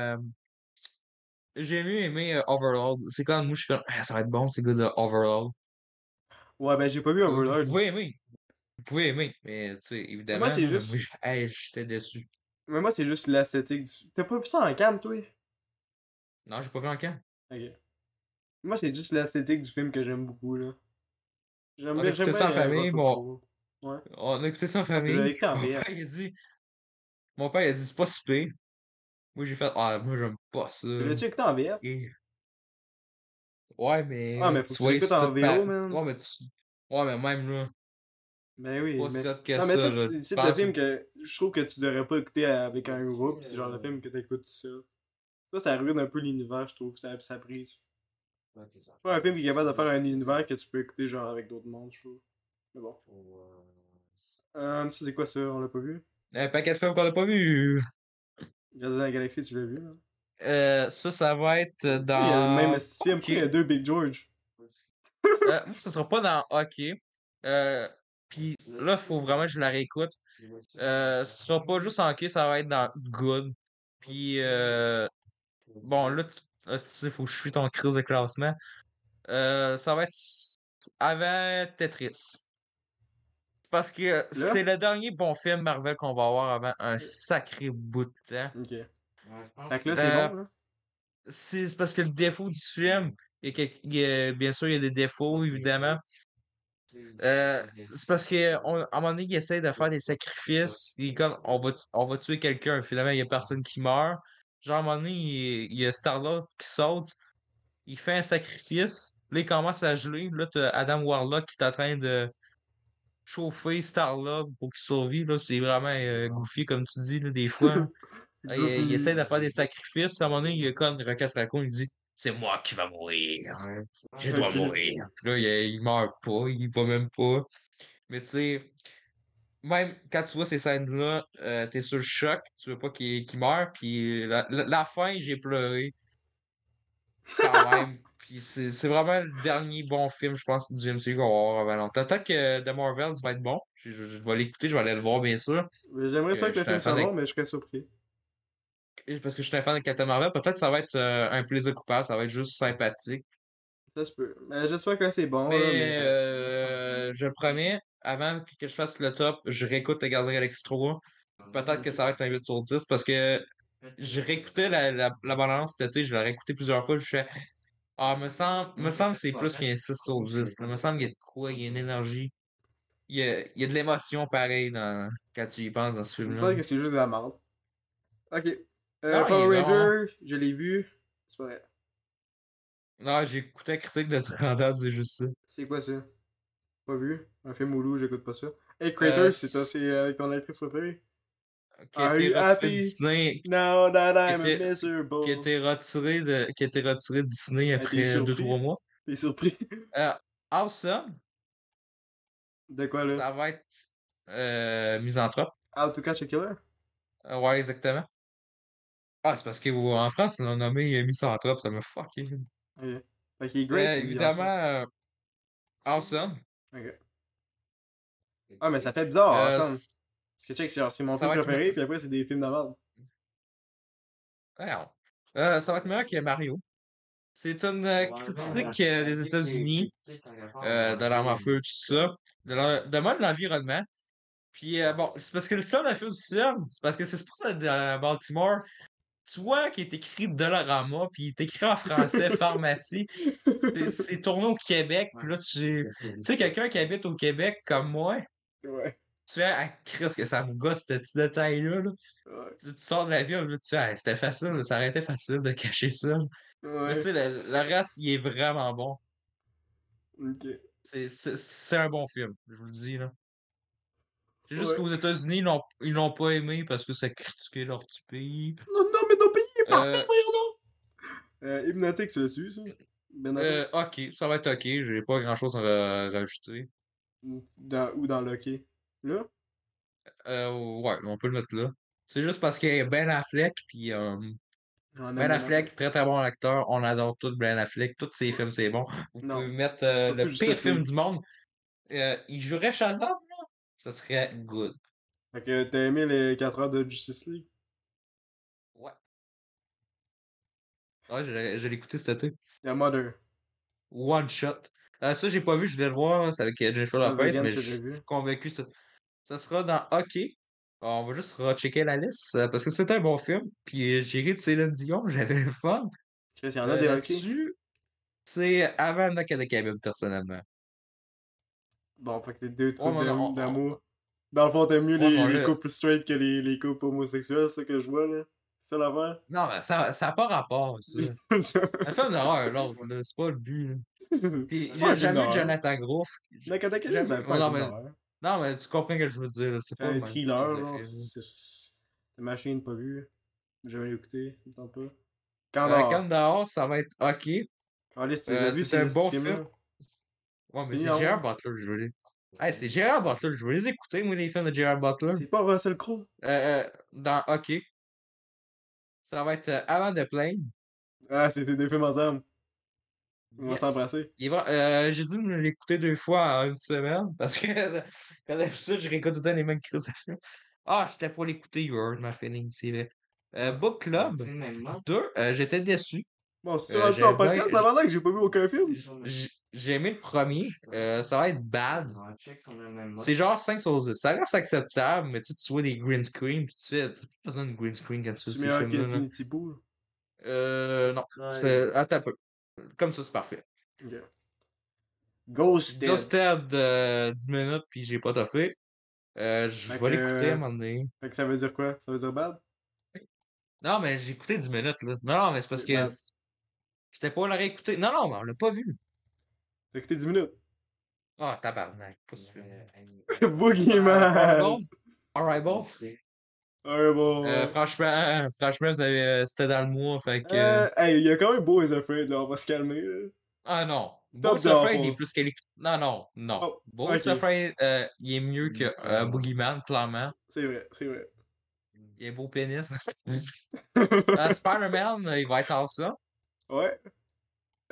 J'ai mieux aimé Overlord. C'est comme moi, je suis comme, ah, ça va être bon, c'est good de Overlord. Ouais, ben j'ai pas vu Vous Overlord. pouvez aimer. Vous pouvez aimer. Mais, tu sais, Mais moi, évidemment, c'est là, moi, juste. hey, j'étais déçu. Mais moi, c'est juste l'esthétique du. T'as pas vu ça en cam, toi? Non, j'ai pas vu en camp. Ok. Moi, c'est juste l'esthétique du film que j'aime beaucoup, là. On a J'aime écouté bien ça en famille. Russell Crowe. Ouais. On a écouté ça en Ah, tu l'as famille. écouté en Mon VF. père, il a dit, mon père, il a dit, c'est pas si pire. Moi, j'ai fait, ah, moi, j'aime pas ça. Tu l'as-tu écouté en VF? Et, ouais, Ah, mais mais faut que tu tu vois, l'écoutes en VO, man. ouais, mais même là, Ben c'est oui, pas mais. si hot que Non, mais ça, ça, là. c'est Tu le type de penses, film que je trouve que tu devrais pas écouter avec un groupe. C'est genre le film que t'écoutes tout seul. Ça ruine un peu l'univers, je trouve. Ça prise. C'est pas un film qui est capable de faire un univers que tu peux écouter genre avec d'autres mondes, je trouve. Mais bon. Ça, c'est quoi ça? On l'a pas vu? un paquet de films qu'on a pas vu. Gardien de la Galaxie, tu l'as vu, là? Ça va être Pourquoi il y a le même dans film? Pourquoi il y a hockey. deux Big George? Moi, ce sera pas dans hockey. Euh, Puis là, il faut vraiment que je la réécoute. Ce sera pas juste en hockey, ça va être dans Good. Puis bon, là, tu sais, faut que je suis ton crise de classement. Ça va être avant Tetris. Parce que c'est Là? le dernier bon film Marvel qu'on va avoir avant un sacré bout de temps. Ok. Fait que là, c'est Euh, bon, là? c'est parce que le défaut du film, bien sûr, il y a des défauts, évidemment. C'est parce qu'à un moment donné, il essaie de faire des sacrifices. Il est comme, on va tuer quelqu'un. Finalement, il y a personne qui meurt. Genre, à un moment donné, il y a Star-Lord qui saute. Il fait un sacrifice. Là, il commence à geler. Là, t'as Adam Warlock qui est en train de chauffer Star-Lord pour qu'il survive. Là, c'est vraiment goofy, comme tu dis, là, des fois, là. Il essaie Goofy. de faire des sacrifices. À un moment donné, il y a comme Rocket Raccoon, il dit c'est moi qui vais mourir. Je dois Ok. mourir. Puis là, il meurt pas, il va même pas. Mais tu sais, même quand tu vois ces scènes-là, t'es sur le choc, tu veux pas qu'il meure. Puis la fin, j'ai pleuré quand même. Puis c'est vraiment le dernier bon film, je pense, du MCU qu'on va avoir avant longtemps. Peut-être que The Marvels va être bon. Je vais l'écouter, je vais aller le voir, bien sûr. Mais j'aimerais ça Que que je le suis un film fan soit de... bon, mais je serais surpris. Parce que je suis un fan de Captain Marvel. Peut-être que ça va être un plaisir coupable, ça va être juste sympathique. Ça se peut. Mais j'espère que c'est bon, là, mais. Mais je promets, avant que je fasse le top, je réécoute Le Gardien Galaxy 3. Peut-être que ça va être un 8 sur 10 parce que j'ai réécouté la bande-annonce cet été, je l'ai réécouté plusieurs fois. Je fais ah, me semble que c'est plus qu'un 6 sur 10. Là. Me semble qu'il y a de quoi, il y a une énergie. Il y a de l'émotion pareil quand tu y penses dans ce film-là. Peut-être que c'est juste de la merde. Ok. Non, il est Power vraiment bon. Ranger, je l'ai vu. C'est pas vrai. Non, j'ai écouté la critique de Durandal, c'est juste ça. C'est quoi ça? Pas vu. Un film Hulu, j'écoute pas ça. Hey, Euh, Kratos, c'est avec ton actrice préférée? qui a Are été you retiré de happy? Disney, Now that qui a I'm a été, qui a miserable. été retiré de Disney T'es après deux surpris? trois mois. T'es surpris? Euh, Awesome, De quoi, là? ça va être Misanthrope. How to Catch a Killer? Ouais, exactement. Ah, c'est parce qu'en France, ils l'ont nommé Misanthrope, ça me fucké. Ok. Fait qu'il est great ou il est en Évidemment, soi? Awesome. Ok. Ah, mais ça fait bizarre, Euh, Awesome. c- Parce que check, c'est mon ça film va être. préféré, puis après, c'est des films de merde. Voyons. Ça va être meilleur que Mario. C'est une critique des États-Unis, de l'arme à feu, tout ça, de même de l'environnement. Puis bon, c'est parce que le seul à faire du film, c'est parce que c'est supposé être à Baltimore. Tu vois qu'il est écrit Dollarama, puis il est écrit en français pharmacie. C'est tourné au Québec, puis là, tu sais, quelqu'un qui habite au Québec comme moi, Ouais. tu fais, ah, Christ, que ça me gosse, ce petit détail-là. Là. Ouais. Tu sors de la ville, là, tu fais, ah, c'était facile, là, ça aurait été facile de cacher ça. Mais tu Ouais. sais, le reste, il est vraiment bon. Ok. C'est un bon film, je vous le dis, là. C'est juste Ouais. qu'aux États-Unis, ils l'ont pas aimé parce que ça critiquait leur petit pays. Non, non, mais ton pays est parfait, Euh, voyons donc! Hypnotique, tu l'as su, ça? Ben Affleck? ok, ça va être ok, j'ai pas grand-chose à rajouter. Ou dans Loki? Là? Ouais, on peut le mettre là. C'est juste parce qu'il y a Ben Affleck, puis On aime Ben Ben Affleck, Affleck. très très bon acteur, on adore tout Ben Affleck, tous ses Ouais. films c'est bon. Vous Non. pouvez mettre le Surtout pire Justice film League. du monde, il jouerait Shazam, là? Ça serait good. Fait que t'as aimé les 4 heures de Justice League? Ouais. Ouais, je l'ai écouté cet été. Y'a Mother. One Shot. Ça, j'ai pas vu, je vais le voir, c'est avec Jennifer Love Lopez, Again, mais tu je l'as suis vu. convaincu que ça sera dans Hockey. On va juste rechecker la liste parce que c'était un bon film. Puis j'ai ri de Céline Dion, j'avais le fun. Chris, y'en a des hockey. Là-dessus, c'est avant Knock at the Cabin, personnellement. Bon, fait que les deux Ouais, trucs mais non, d'amour. Dans le fond, t'aimes mieux ouais, mais les couples straight que les couples homosexuels, c'est ça que je vois, là. C'est ça l'affaire? non, mais ça n'a pas rapport, ça. Un film d'horreur, l'autre, là, c'est pas le but. Là. Puis C'est pas un film j'aime mieux d'horreur. Jonathan Groff. Nakataka, J'aime ça mieux. veut pas un Non, film mais, d'horreur. non, mais tu comprends ce que je veux dire, là. C'est C'est pas le un même crise thriller, de genre. film. C'est machine, pas vu. J'ai jamais écouté, ça me tente pas. Candor. Quand dehors, ça va être OK. Allez, si tu les as vus, C'est un ces bon film. films-là. Ouais, mais Fini c'est en Gérard haut. Butler, je veux les. Hey, c'est Gérard Butler, je veux les écouter, moi, les films de Gérard Butler. C'est pas Russell Crowe. Dans OK. Ça va être Avant de Plane. Ah, c'est des films ensemble. On va Yes. s'embrasser. J'ai dû me l'écouter 2 fois en une semaine parce que quand d'habitude, je réécoute tout le temps les mêmes crises de films. Ah, c'était pour l'écouter, You Hurt My Feelings, c'est vrai. Ah. Book Club 2, j'étais déçu. Bon, si tu rendu ça en J'avais podcast, bien- d'abord que j'ai pas vu aucun film. j'ai aimé le premier. Ça va être bad. C'est genre 5 sur 10. Ça reste acceptable, mais tu vois des green screen, puis tu fais, t'as pas besoin de green screen quand tu fais C'est ces meilleur films-là. Là. qu'Infinity Pool. Non. Attends un peu. Comme ça, c'est parfait. Ok. Ghosted. Ghosted 10 minutes, puis j'ai pas toffé. Je Fait vais l'écouter à un que... moment donné. Fait que ça veut dire quoi? Ça veut dire bad? Non, mais j'ai écouté 10 minutes, là. Non, mais c'est parce que Bad. j'étais pas là à réécouter. Non, non, mais on l'a pas vu. T'as écouté 10 minutes. Ah, tabarnak, pas ce film. Boogeyman! Arrival. Ouais, bon, Franchement, c'était dans le mois, fait que. Hey, il y a quand même Beau is Afraid, là, on va se calmer, là. Ah non. Top Bulls de Afraid, il est Awful. plus qualifié. Non, non, non. Oh, Bulls ok. Afraid, il est mieux que Boogeyman, clairement. C'est vrai, c'est vrai. Il a un beau pénis. Spider-Man, il va être awesome. Ouais.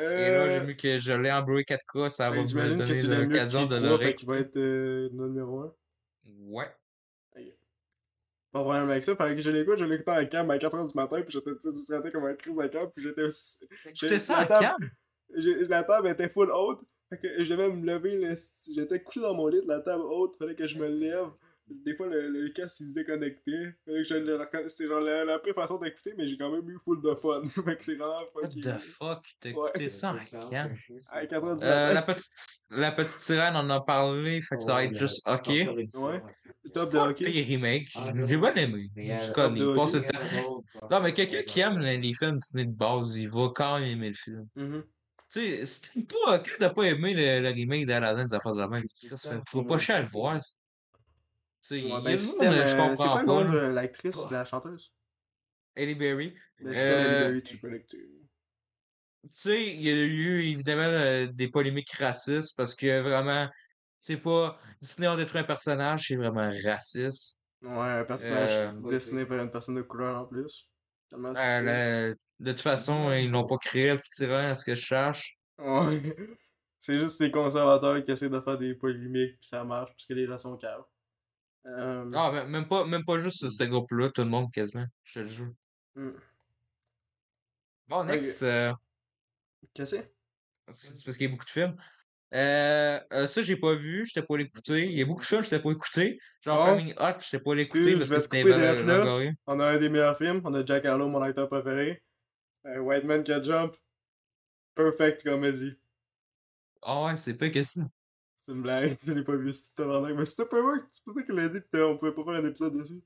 Et là, j'ai Euh... vu que je l'ai en Blu-ray 4K, ça Fait va que me j'imagine que donner tu l'aimes mieux que l'occasion Creed de le 3, fait qu'il va réécouter. être notre numéro 1. Ouais. Ok. Pas de problème avec ça, fait que je l'écoute en cam à 4h du matin, puis j'étais distracté comme un crise à cam, puis j'étais aussi. Écoutez ça La en table, cam. la table était full haute, fait que je devais me lever, j'étais couché dans mon lit, la table haute, fallait que je me lève. Des fois, le casque il se déconnectait. Fallait que c'était genre la pire façon d'écouter, mais j'ai quand même eu full de fun. Fait que c'est vraiment What the fucking. fuck? T'as Ouais. écouté ça en cam? À 4h du matin. La petite sirène, on en a parlé, fait que ça va être juste ok. Ouais. C'est Top de pas un hockey. pire remake. J'ai bien aimé. C'est Top comme, de il passe hockey. le temps. Non, mais quelqu'un qui aime les films Disney de base, il va quand même aimer le film. Mhm. Tu sais, si quand t'as pas aimé le remake d'Aladdin des affaires de la même, tu vas pas chier à le voir. Tu sais, Ouais, il y a ben le si monde, t'aimes. je C'est comprends quoi le pas, nom de là. l'actrice, de la chanteuse? Halle Berry. Ben si t'aimes Halle Euh, Berry, tu peux l'écouter. Tu sais, il y a eu évidemment des polémiques racistes parce que vraiment, c'est pas Disney a détruit un personnage, c'est vraiment raciste. Ouais, un personnage Euh, dessiné par une personne de couleur en plus. Tellement à stupide. de toute façon, ils n'ont pas créé la petite sirène à ce que je cherche. Ouais. C'est juste les conservateurs qui essaient de faire des polémiques, puis ça marche, parce que les gens sont caves. Ah, même pas juste ce groupe-là, tout le monde quasiment, je te le jure. Hmm. Bon, Ok. next, Qu'est-ce que c'est? c'est parce qu'il y a beaucoup de films. Ça, j'ai pas vu, j'étais pas l'écouter. Il y a beaucoup de films, j'étais pas écouté. Genre Bon, Flaming Hot, j'étais pas l'écouter excuse, parce je que vais te c'était couper direct là. Longoria. On a un des meilleurs films. On a Jack Harlow, mon acteur préféré. White Man Can Jump. Perfect comedy. Ah ouais, c'est pas que ça. C'est une blague. Je l'ai pas vu, c'est tabarnak. Mais c'était pas vrai. C'est pour ça qu'il a dit qu'on pouvait pas faire un épisode dessus.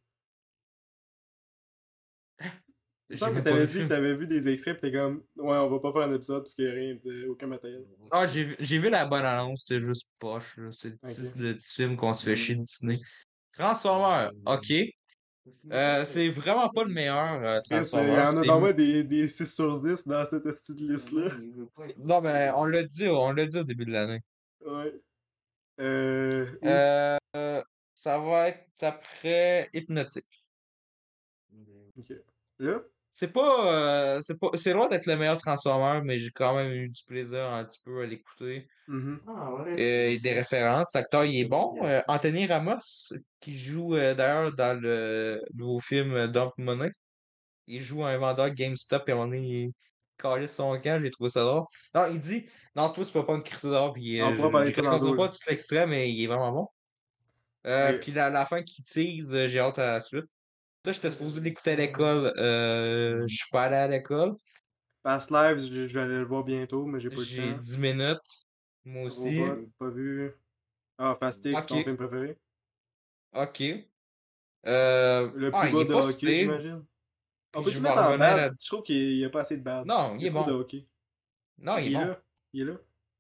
Il me J'ai semble que même pas vu t'avais le dit que film. t'avais vu des extraits pis t'es comme ouais on va pas faire un épisode parce qu'il y a rien, aucun matériel. Ah, j'ai vu la bonne annonce, c'est juste poche, là. C'est Ok. le petit film qu'on se fait chier de Disney. Transformers, ok. C'est vraiment pas le meilleur Chris, il y Transformers. en a dans moi des 6 sur 10 dans cette petite liste-là. Non, mais on l'a dit au début de l'année. Ouais. Où? Euh, Ça va être après Hypnotique. Ok. Là? C'est loin d'être le meilleur Transformer, mais j'ai quand même eu du plaisir un petit peu à l'écouter. Mhm. Des références. L'acteur, il est bon. Anthony Ramos, qui joue d'ailleurs dans le nouveau film Dump Money. Il joue un vendeur GameStop et à un moment donné, il calisse son camp. J'ai trouvé ça drôle. Non, il dit non, toi, c'est pas une crise d'or. Puis On pourra parler je de ça dans raconterai deux. pas tout l'extrait, mais il est vraiment bon. Ok. Puis la fin qui tease, j'ai hâte à la suite. Ça, j'étais supposé l'écouter à l'école. Je suis pas allé à l'école. Past Lives, je vais aller le voir bientôt, mais j'ai pas eu le J'ai temps. 10 minutes. Moi aussi. Robot, pas vu. Ah, Fast X, Ok, ton film préféré. ok. Le plus Il bas est de pas si hockey, pire. j'imagine. On Puis peut-tu je vais mettre en revenir là. bad? Je trouve qu'il y a pas assez de bad. Non, Il y il a est trop de bon. hockey. Non, Ok, il est bon. il est là.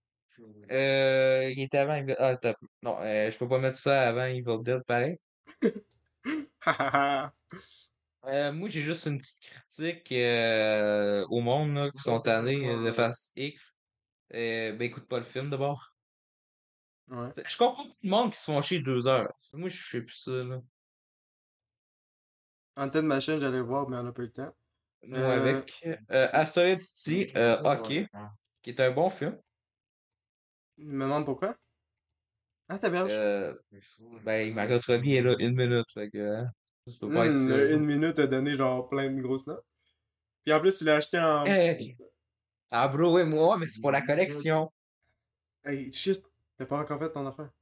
Il était avant Evil. Ah, attends un peu. Non, je peux pas mettre ça avant Evil Dead, pareil. Hahaha. Moi, j'ai juste une petite critique au monde là, qui sont tannés de Fast X. Ben, écoute pas le film d'abord. Ouais. Je comprends pas le monde qui se font chier 2 heures. Moi, je sais plus ça, là. Antenne Machine, j'allais le voir, mais on a pas eu le temps. Moi Euh, avec. Asteroid City, ok, qui est un bon film. il me demande pourquoi. Ah, ta berge. Euh, ben, Margot Robbie est là 1 minute, fait que ça peut pas être ça, là. Une minute a donné genre plein de grosses notes. Puis en plus, tu l'as acheté en. Hey! Ah, bro, ouais, moi, mais c'est pour la collection. Hey, shit, t'as pas encore fait ton affaire.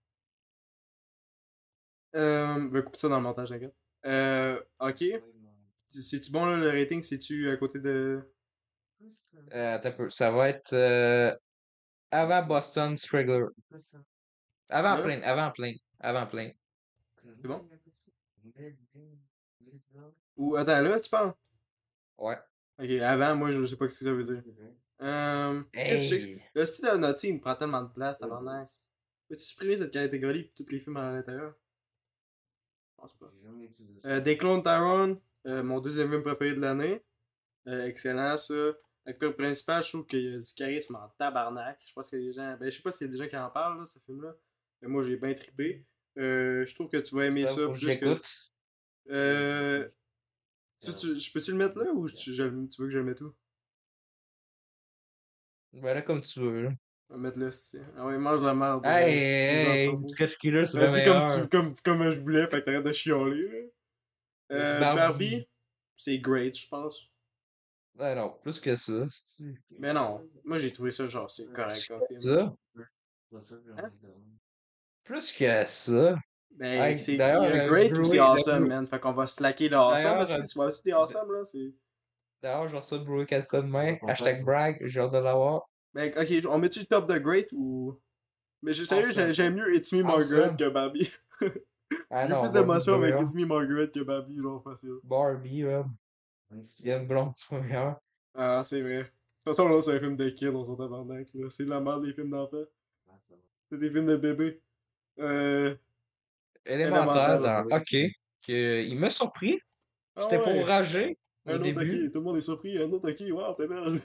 Je vais couper ça dans le montage, t'inquiète. Ok. C'est-tu bon là, le rating? C'est-tu à côté de. Attends un peu. Ça va être avant Boston Strangler. Avant Là? plein, avant plein, avant plein. C'est bon? Ou attends, là, tu parles? Ouais. Ok, avant, moi, je sais pas ce que ça veut dire. Qu'est-ce que Hey! le style de Naughty, il me prend tellement de place, tabarnak. Peux-tu supprimer cette catégorie et tous les films à l'intérieur? Je pense pas. Des Clone Tyrone, mon deuxième film préféré de l'année. Excellent, ça. L'acteur principal, je trouve qu'il y a du charisme en tabarnak. Je pense que les gens. Ben, je sais pas s'il y a des gens qui en parlent, là, ce film-là. Mais moi, j'ai bien trippé. Je trouve que tu vas aimer Ça, ça faut que plus que. j'écoute. Euh. Je peux-tu le mettre là ou tu veux que je le mette où? Voilà comme tu veux, là. On va mettre là, c'est. Ah ouais, mange la merde, Hey, les hey, entrepôts. Scratch Killer, c'est Ben, le tu sais, comme, meilleur. comme je voulais, fait que t'arrêtes de chialer, là. Barbie. Barbie, c'est great, je pense. Ben non, plus que ça, c'est Mais non, moi j'ai trouvé ça genre, c'est correct comme film. ça. Hein? Plus que ça. Ben, Hey, il y d'ailleurs, a great ou c'est Le awesome, Blu- man. Fait qu'on va slacker le awesome, d'ailleurs, si tu vois-tu des awesome, là, c'est. d'ailleurs, j'ai reçu le Blu-ray 4K demain. Hashtag brag, j'ai hâte de l'avoir. Ben, ok, on met-tu le top de great ou. Mais sérieux, Awesome. j'aime mieux It's Me Margaret Awesome. que Barbie. Ah J'ai plus non, Barbie, c'est d'émotion pas avec meilleur. It's Me Margaret que Barbie, genre, facile. Barbie, là. Il y a une blonde, c'est pas meilleur. Ah, c'est vrai. De toute façon, là, c'est un film de kids, on s'en tabarnak, là. C'est de la merde, les films d'enfants. C'est des films de bébés. Euh. Élémentaire Élémentaire. dans OK. Il m'a surpris. Ah J'étais pour ouais. rager au Un autre ok. début. Tout le monde est surpris. Un autre ok. Wow, t'es belle.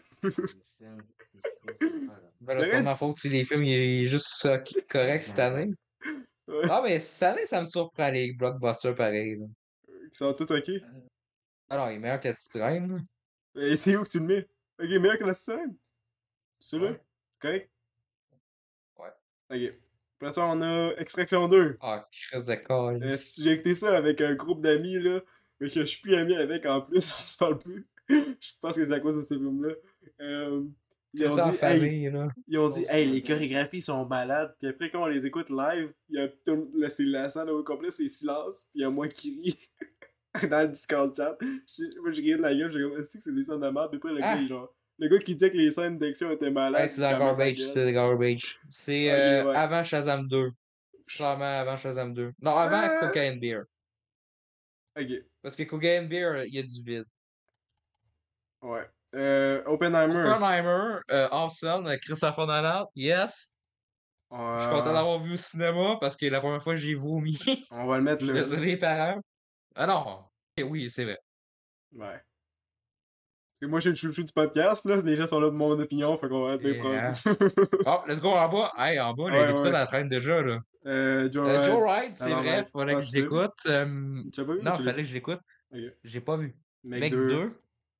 Ben là, c'est pas de T'arrêtes? ma faute si les films il est juste correct cette année. Ouais. Ah, mais cette année, ça me surprend les blockbusters pareil, là. Ils sont tous ok. Alors, il est meilleur que la petite reine, là. Et c'est où que tu le mets? Ok, meilleur que la scène. Celui-là? Ouais. Correct? Ouais. Ok. Après ça, on a Extraction 2. Ah, Chris de calice. J'ai écouté ça avec un groupe d'amis, là. Mais que je suis plus ami avec en plus. On se parle plus. Je pense que c'est à cause de ces films-là. Euh, ils Fais ont ça en dit, hey, famille, là. les chorégraphies sont malades. Puis après, quand on les écoute live, il y a là, c'est la salle au complet, c'est silence. Puis il y a moi qui ris dans le Discord chat. Moi, je riais de la gueule. J'ai comme, est-ce que c'est des scènes de merde? Puis après, le gars, Ah! il genre, le gars qui disait que les scènes d'action étaient Hey, malades, c'est il dans fermait sa Garbage, gueule. c'est dans Garbage. C'est Ok, ouais. avant Shazam 2. Clairement avant Shazam 2. Non, avant Ah! Cocaine Beer. Ok, Parce que Cocaine Beer, il y a du vide. ouais. Oppenheimer. Oppenheimer, Awesome, Christopher Nolan, yes. Je suis content Euh, d'avoir vu au cinéma parce que la première fois j'ai vomi. on va le mettre Je suis là. désolé, parents. Ah non. Eh oui, c'est vrai. Ouais. Parce que moi, je suis le chouchou du podcast, là. Les gens sont là pour mon opinion, fait qu'on va être bien propre. Yeah. Oh, let's go en bas. Hey, en bas, Ouais, l'épisode ouais. à la traîne déjà, là. Joe Joe Ride. Ride, c'est vrai, Tabarnak. fallait Ah, que je tu l'as vu? l'écoute. Tu l'as pas vu ou Non, tu l'as fallait vu? que je l'écoute. Ok. J'ai pas vu. Mec Mec 2. 2.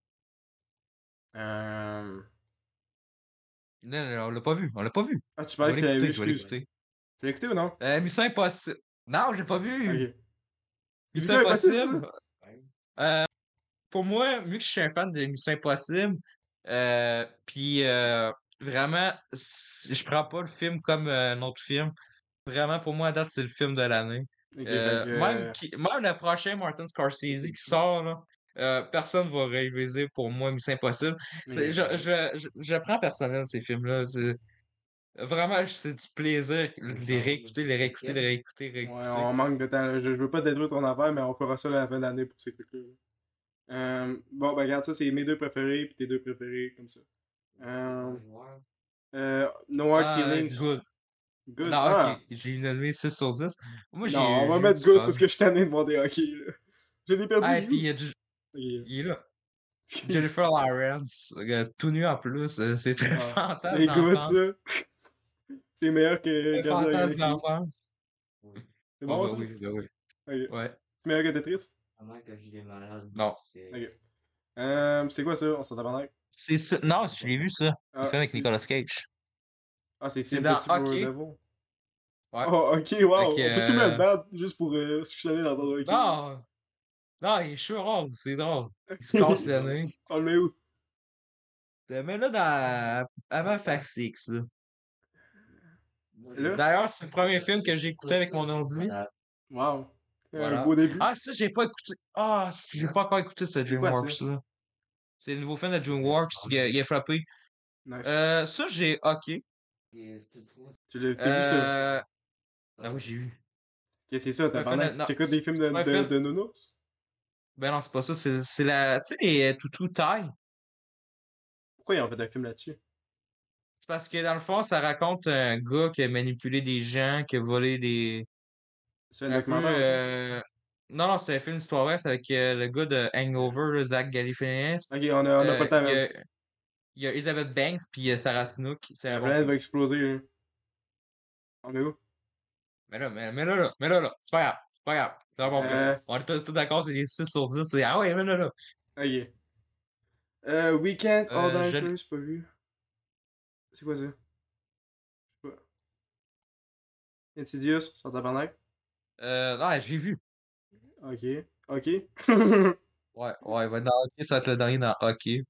Euh... Non, non, on l'a pas vu. On l'a pas vu. Ah, tu Je parlais vais que tu l'avais vu, l'écouter, je vais excuse. l'écouter. Tu l'as écouté ou non? Mission Impossible. Non, j'ai pas vu. Ok. C'est Mission Mission Impossible, ça? Impossible. Euh, pour moi, vu que je suis un fan de Mission Impossible, puis vraiment, je prends pas le film comme un autre film. Vraiment, pour moi, à date, c'est le film de l'année. Ok, fait que. Même le prochain Martin Scorsese qui sort, là, personne va réviser pour moi Mission Impossible. Ok. Je prends personnel ces films-là. Vraiment, c'est du plaisir de les réécouter, les réécouter, les réécouter, Ouais, réécouter. on manque de temps, là. Je veux pas détruire ton affaire, mais on fera ça à la fin d'année pour ces trucs-là. Bon, ben, regarde, ça, c'est mes deux préférés, puis tes deux préférés, comme ça. Euh, no Hard Ah, Feelings. good. Good. Non, ok, Ah! j'ai nommé 6 sur 10. Moi, Non, on va j'ai eu mettre du good fun. parce que je suis tanné de voir des hockey, là. Je l'ai perdu, Ah, et il est puis où? Ok, il est là. excuse. Jennifer Lawrence, tout nu en plus, c'est un Ah, fantasme c'est good, d'enfance. ça. C'est meilleur que Un Gardien de la fantasme Galaxie. d'enfance. C'est Oh, bon, ben ça? oui, ben oui. Ok. Ouais. C'est meilleur que Tetris? Non. Ok. C'est quoi ça? On s'en tabarnak. C'est ça. Non, je l'ai vu, ça. Il Ah, fait avec excuse. Nicolas Cage. Ah, c'est C'est dans Sympathy for the Hockey. Devil. Ouais. Oh, ok, Fait wow. que, On peut-tu mettre bad juste pour ce que je savais d'entendre ok? non, non, il est chaud rôle, c'est drôle. Il se casse le nez. On le met où? Mais là, avant Fact Six, là. Là? D'ailleurs, c'est le premier film que j'ai écouté avec mon ordi. Wow. Un Voilà. beau début. Ah, ça, j'ai pas écouté. Ah, j'ai pas encore écouté ce C'est quoi ça? DreamWorks, là. C'est le nouveau film de DreamWorks. Il a frappé. Nice. Ça, j'ai OK. T'as vu ça? Ah oui, j'ai vu. Qu'est-ce que c'est ça, C'est un film de. tabarnak? Non, Tu écoutes des films c'est pas un film. de nounours? Ben non, c'est pas ça. C'est la. Tu sais, les toutous taille. Pourquoi ils ont fait un film là-dessus? C'est parce que dans le fond, ça raconte un gars qui a manipulé des gens, qui a volé des. C'est un Un peu. documentaire, ok? Non, non, c'est un film d'histoire vraie, c'est avec le gars de Hangover, là, Zach Galifianakis. Ok, on a pas le temps, Il y man. a, il y a Elizabeth Banks, puis il y a Sarah Snook. C'est La un bon planète film. va exploser, là. On est où? Mais là, c'est pas grave. C'est pas grave. C'est un bon film. Euh, On est tous d'accord, c'est des 6 sur 10. Ah ouais, mais là. ok. Weekend, All Je, Nighters, pas vu. C'est quoi ça? Je sais pas. Insidious, sans tabarnak. Non, j'ai vu. Ok. Ok. Ouais, il va être dans hockey, ça va être le dernier dans hockey.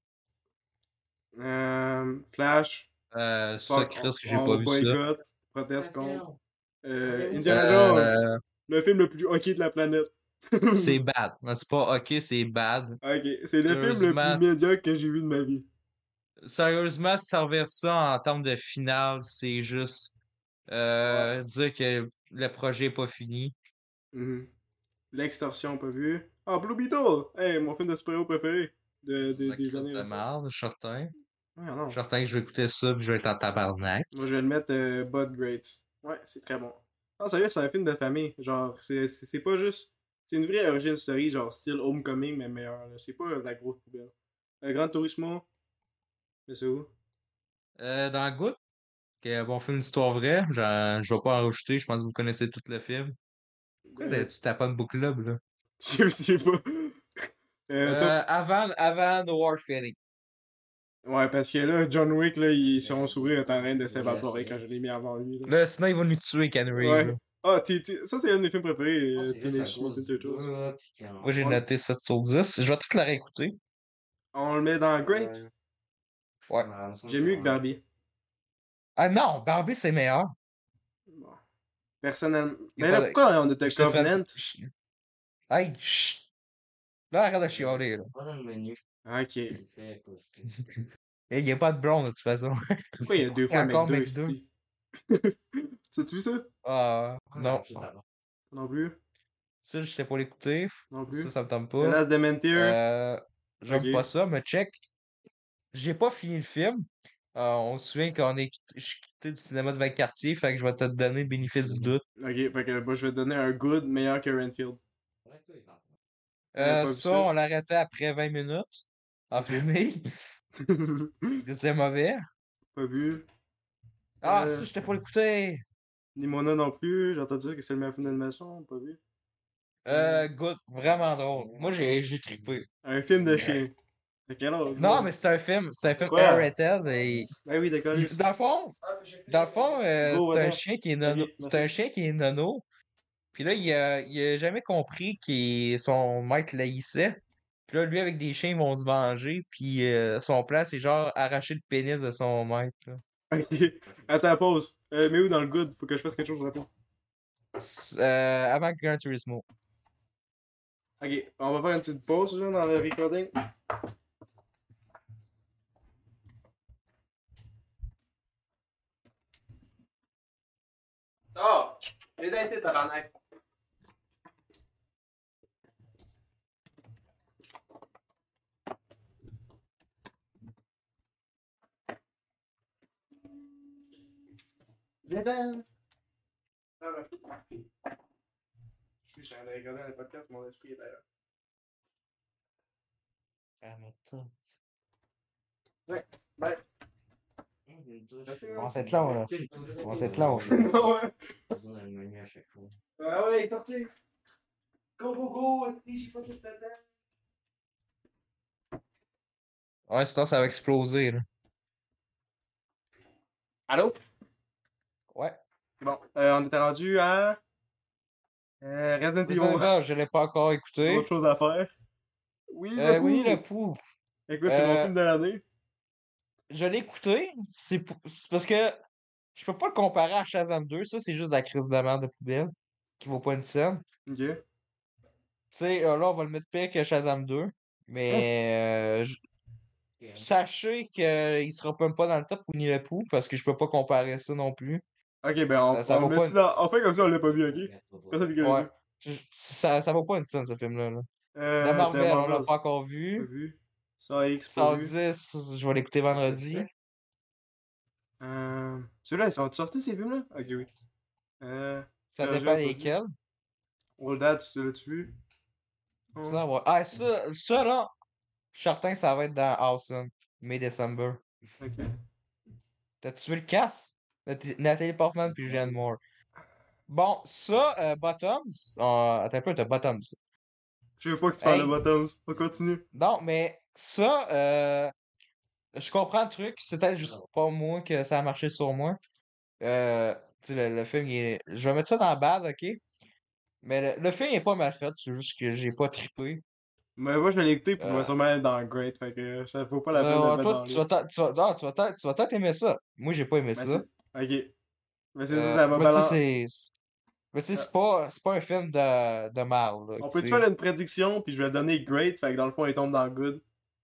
Flash. Ça, Fuck, Chris, que j'ai pas on vu ça. boycott. Proteste contre. Indiana Jones. Euh, Le film le plus hockey de la planète. c'est bad. Non, c'est pas hockey, c'est bad. Ok, c'est le film le plus Sérieusement, médiocre que j'ai vu de ma vie. sérieusement, servir ça en termes de finale, c'est juste Ouais. dire que le projet est pas fini. Mhm. L'extorsion, pas vu. Ah, Blue Beetle! Hey, mon film de super-héros préféré La des crise années de récentes. merde, je suis certain. Ouais, Je non. suis certain que je vais écouter ça puis je vais être en tabarnak. Moi, je vais le mettre Bud Great. Ouais, c'est très bon. Non, sérieux, c'est un film de famille. Genre, c'est pas juste. C'est une vraie origin story, genre style Homecoming, mais meilleur. Là. C'est pas de la grosse poubelle. Grand Turismo, mais c'est où? Dans Good, qui est un bon film d'histoire vraie, je vais pas en rajouter, je pense que vous connaissez tout le film. Pourquoi Euh, tu tapes pas une boucle là, là? je sais pas. Top. Avant The War Feeling. Ouais, parce que là, John Wick, là, son sourire est en train de s'évaporer quand je l'ai mis avant lui. Là. Là, sinon, ils vont nous tuer, Ken Reeves, Ouais. là. Ah, ça, c'est un de mes films préférés, Teenage Mutant Turtles. Moi, j'ai On, noté 7 sur 10. Je vais tout la réécouter. on le met dans Great. Ouais. J'aime mieux que Barbie. Ah non, Barbie, c'est meilleur. Bon. Personnellement. Il Mais là, faudrait- pourquoi on était Je te ferai Covenant? Hey, chut! Là, arrête de chialer, là. Ok. Il n'y a pas de blonde, de toute façon. Pourquoi il y a deux Il y a fois encore McDo mec 2. ici? Tu as-tu vu ça? Ah, non. Non plus. Ça, je sais pas l'écouter. Non Ça, plus. ça me tente The pas. Last Dementir. Euh, Ok. J'aime pas ça, mais check. J'ai pas fini le film. On se souvient qu'on est je suis quitté du cinéma de Valcartier, fait que je vais te donner le bénéfice du doute. Ok, fait que moi je vais te donner un good meilleur que Renfield. Pas vu Ça, ça. on l'arrêtait après 20 minutes en filmé, parce que c'était mauvais. Pas vu. Ah, Euh, ça, j'étais pas l'écouter. Nimona non plus. J'ai entendu dire que c'est le meilleur film d'animation. Pas vu. Good, vraiment drôle. Moi, j'ai trippé. Un film de chien. De quel âge, Non, là? mais c'est un film Quoi? R-rated et Ben oui, d'accord. dans le fond, Go, c'est un va-t'en. chien qui est Ok, nono. C'est un merci. chien qui est nono. Puis là, il a jamais compris que son maître l'haïssait. Puis là, lui, avec des chiens, ils vont se venger. Puis son plan, c'est genre arracher le pénis de son maître, là. Ok. Attends, pause. Mais où dans le good? Faut que je fasse quelque chose rapide. Avant Gran Turismo. Ok, on va faire une petite pause là, dans le recording. Ah! Les dents étaient tabarnak. Les dents! Ah ouais. Je suis en train de regarder un podcast, mon esprit est ailleurs. Ah, mais ça. Ouais, bye. Commence à être long, là. Commence à être long. Non, ouais. Ah ouais, sortez. Go, go, go, aussi, j'ai pas tout le temps. Ouais, sinon, ça va exploser, là. Allô? Ouais. C'est bon. On était rendu à Resident Resident Evil. Evil, je l'ai pas encore écouté. Autre chose à faire. Oui, le Winnie le Pooh! Pooh. Écoute, c'est mon Euh, film de l'année. je l'ai écouté. C'est parce que je peux pas le comparer à Shazam 2. Ça, c'est juste de la crise de merde de poubelle qui vaut pas une scène. Ok. Tu sais, là, on va le mettre pire que Shazam 2. Hein? Mais sachez qu'il sera même pas dans le top Winnie le Pooh parce que je peux pas comparer ça non plus. Ok, ben Ça on le vaut pas met-tu une... dans. On fait comme ça, on l'a pas vu, ok? Personne qui l'a Ouais. vu. Ça vaut pas une scène, ce film-là, là. De T'as Marvel, on l'a Marvels. pas encore Pas vu. vu. Ça X, pas vu. 110, je vais l'écouter vendredi. Ceux-là, ils sont sortis ces films-là? Ok, oui. Ça Persia, dépend pas vu. lesquels. All That, tu l'as-tu vu? Oh. Sinon, ouais. Ah, ça, là, je suis certain que ça va être dans Awesome, mai-décembre. Ok. T'as-tu vu le cast? Nathalie Portman puis Julianne Moore. Bon, ça, Bottoms. Attends un peu, t'as Bottoms. Je veux pas que tu parles de Hey, Bottoms. On continue. non, mais ça, Je comprends le truc, c'est peut-être juste pas moi que ça a marché sur moi. Euh, tu sais, le film, je vais mettre ça dans la bad, ok? Mais le film est pas mal fait, c'est juste que j'ai pas trippé. Mais moi, je vais l'écouter, puis je vais Euh, sûrement être dans Great, fait que ça vaut pas la peine de le mettre toi, dans la liste. non, tu vas peut-être aimer ça. Moi, j'ai pas aimé Mais ça. c'est. Ok. Mais c'est ça, ça va Mais tu sais, balancer. mais tu sais, c'est pas un film de mal, là, On tu peut-tu sais. faire une prédiction, puis je vais le donner Great, fait que dans le fond, il tombe dans Good.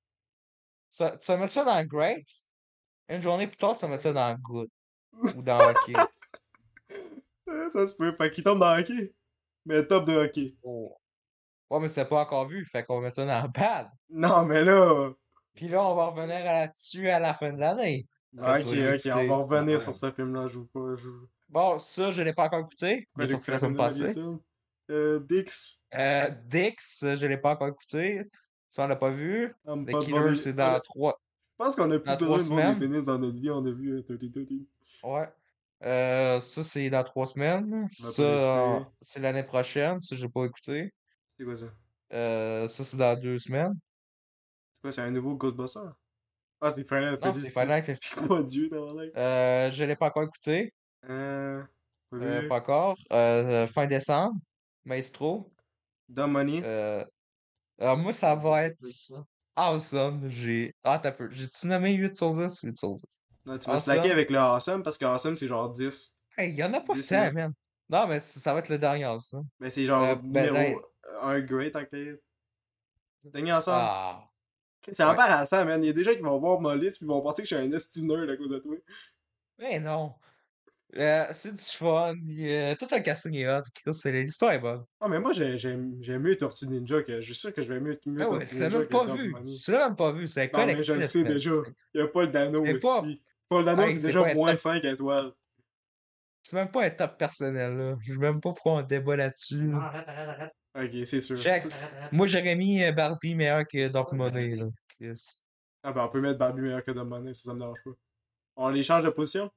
Tu vas mettre ça dans Great, une journée plus tard, tu vas mettre ça dans Good ou dans Hockey. Ça se peut, fait qu'il tombe dans Hockey. Mais top de Hockey. Oh. Ouais, mais c'est pas encore vu, fait qu'on va mettre ça dans Bad. Non, mais là. Puis là, on va revenir là-dessus à la fin de l'année, quand tu Ok, vas ok, on va l'écouter. revenir sur ce film-là, je vous pas. Bon, ça, je l'ai pas encore écouté. Il Pourquoi est j'ai écouté sorti la la semaine semaine dernière, passée. ça? Dix. Dix, je l'ai pas encore écouté. Ça, on l'a pas vu. On The pas devant Killer, des. c'est dans Je pense qu'on a plus dans trois besoin de voir des semaines. pénis dans notre vie, on a vu 30-30. Ouais. Ça, c'est dans 3 semaines. On va Ça, pas l'écouter. c'est l'année prochaine. Ça, j'ai pas écouté. C'est quoi ça? Ça, c'est dans 2 semaines. C'est quoi, c'est un nouveau Ghostbuster? Ah, c'est Final Non, Fantasy c'est VII. Final Fantasy. Mon dieu, t'as l'air. Je l'ai pas encore écouté. Pas vu. Pas encore. Fin décembre. Maestro. Dumb Money. Euh, alors moi, ça va être awesome. T'as peu. J'ai-tu nommé 8 sur 10? 8 sur 10. Non, tu vas slacker Awesome. avec le Awesome parce que Awesome c'est genre 10. Hey, y en a pas 10, tant, 9. man. Non, mais ça va être le dernier awesome. Mais c'est genre Ben, numéro un great en fait. Dernier ensemble. ah, C'est ouais. embarrassant, man. Il y a des gens qui vont voir ma liste puis ils vont penser que je suis un esti nerd à cause de toi. Mais non. C'est du fun. Tout le casting est hot. Chris, l'histoire est bonne. Ah, mais moi j'aime mieux Tortue Ninja que. Je suis sûr que je vais mieux Ah ouais, Tortue tu l'as Ninja même que pas Dumb vu. Money. Tu l'as même pas vu. C'est un Non, mais je le collectif, sais man. déjà. Il y a Paul Dano C'est pas. aussi. Paul Dano Hey, c'est déjà moins 5 étoiles. c'est même pas un top personnel, là. Je sais même pas pourquoi on débat là-dessus. Non, Là. arrête, arrête, arrête. Ok, c'est sûr. Check. Ça, Moi, j'aurais mis Barbie meilleur que Dark Money, là. Chris. Ah, ben on peut mettre Barbie meilleur que Dumb Money, ça me dérange pas. On les change de position?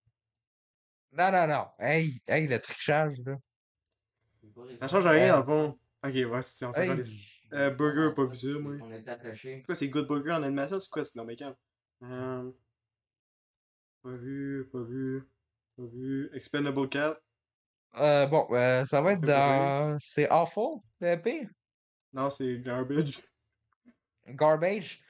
Non, non, non. Hey, le trichage, là. Ça change rien dans Euh, le fond. Ok, ouais, si on s'en hey. calisse. Burger, pas vu ça, moi. On était attaché. C'est quoi, c'est Good Burger en animation? C'est quoi, c'est dans mes camps? Pas vu, pas vu, pas vu. Expendable 4. Bon, ça va Mon être film préféré. dans. C'est Awful, le pire. Non, c'est Garbage. Garbage.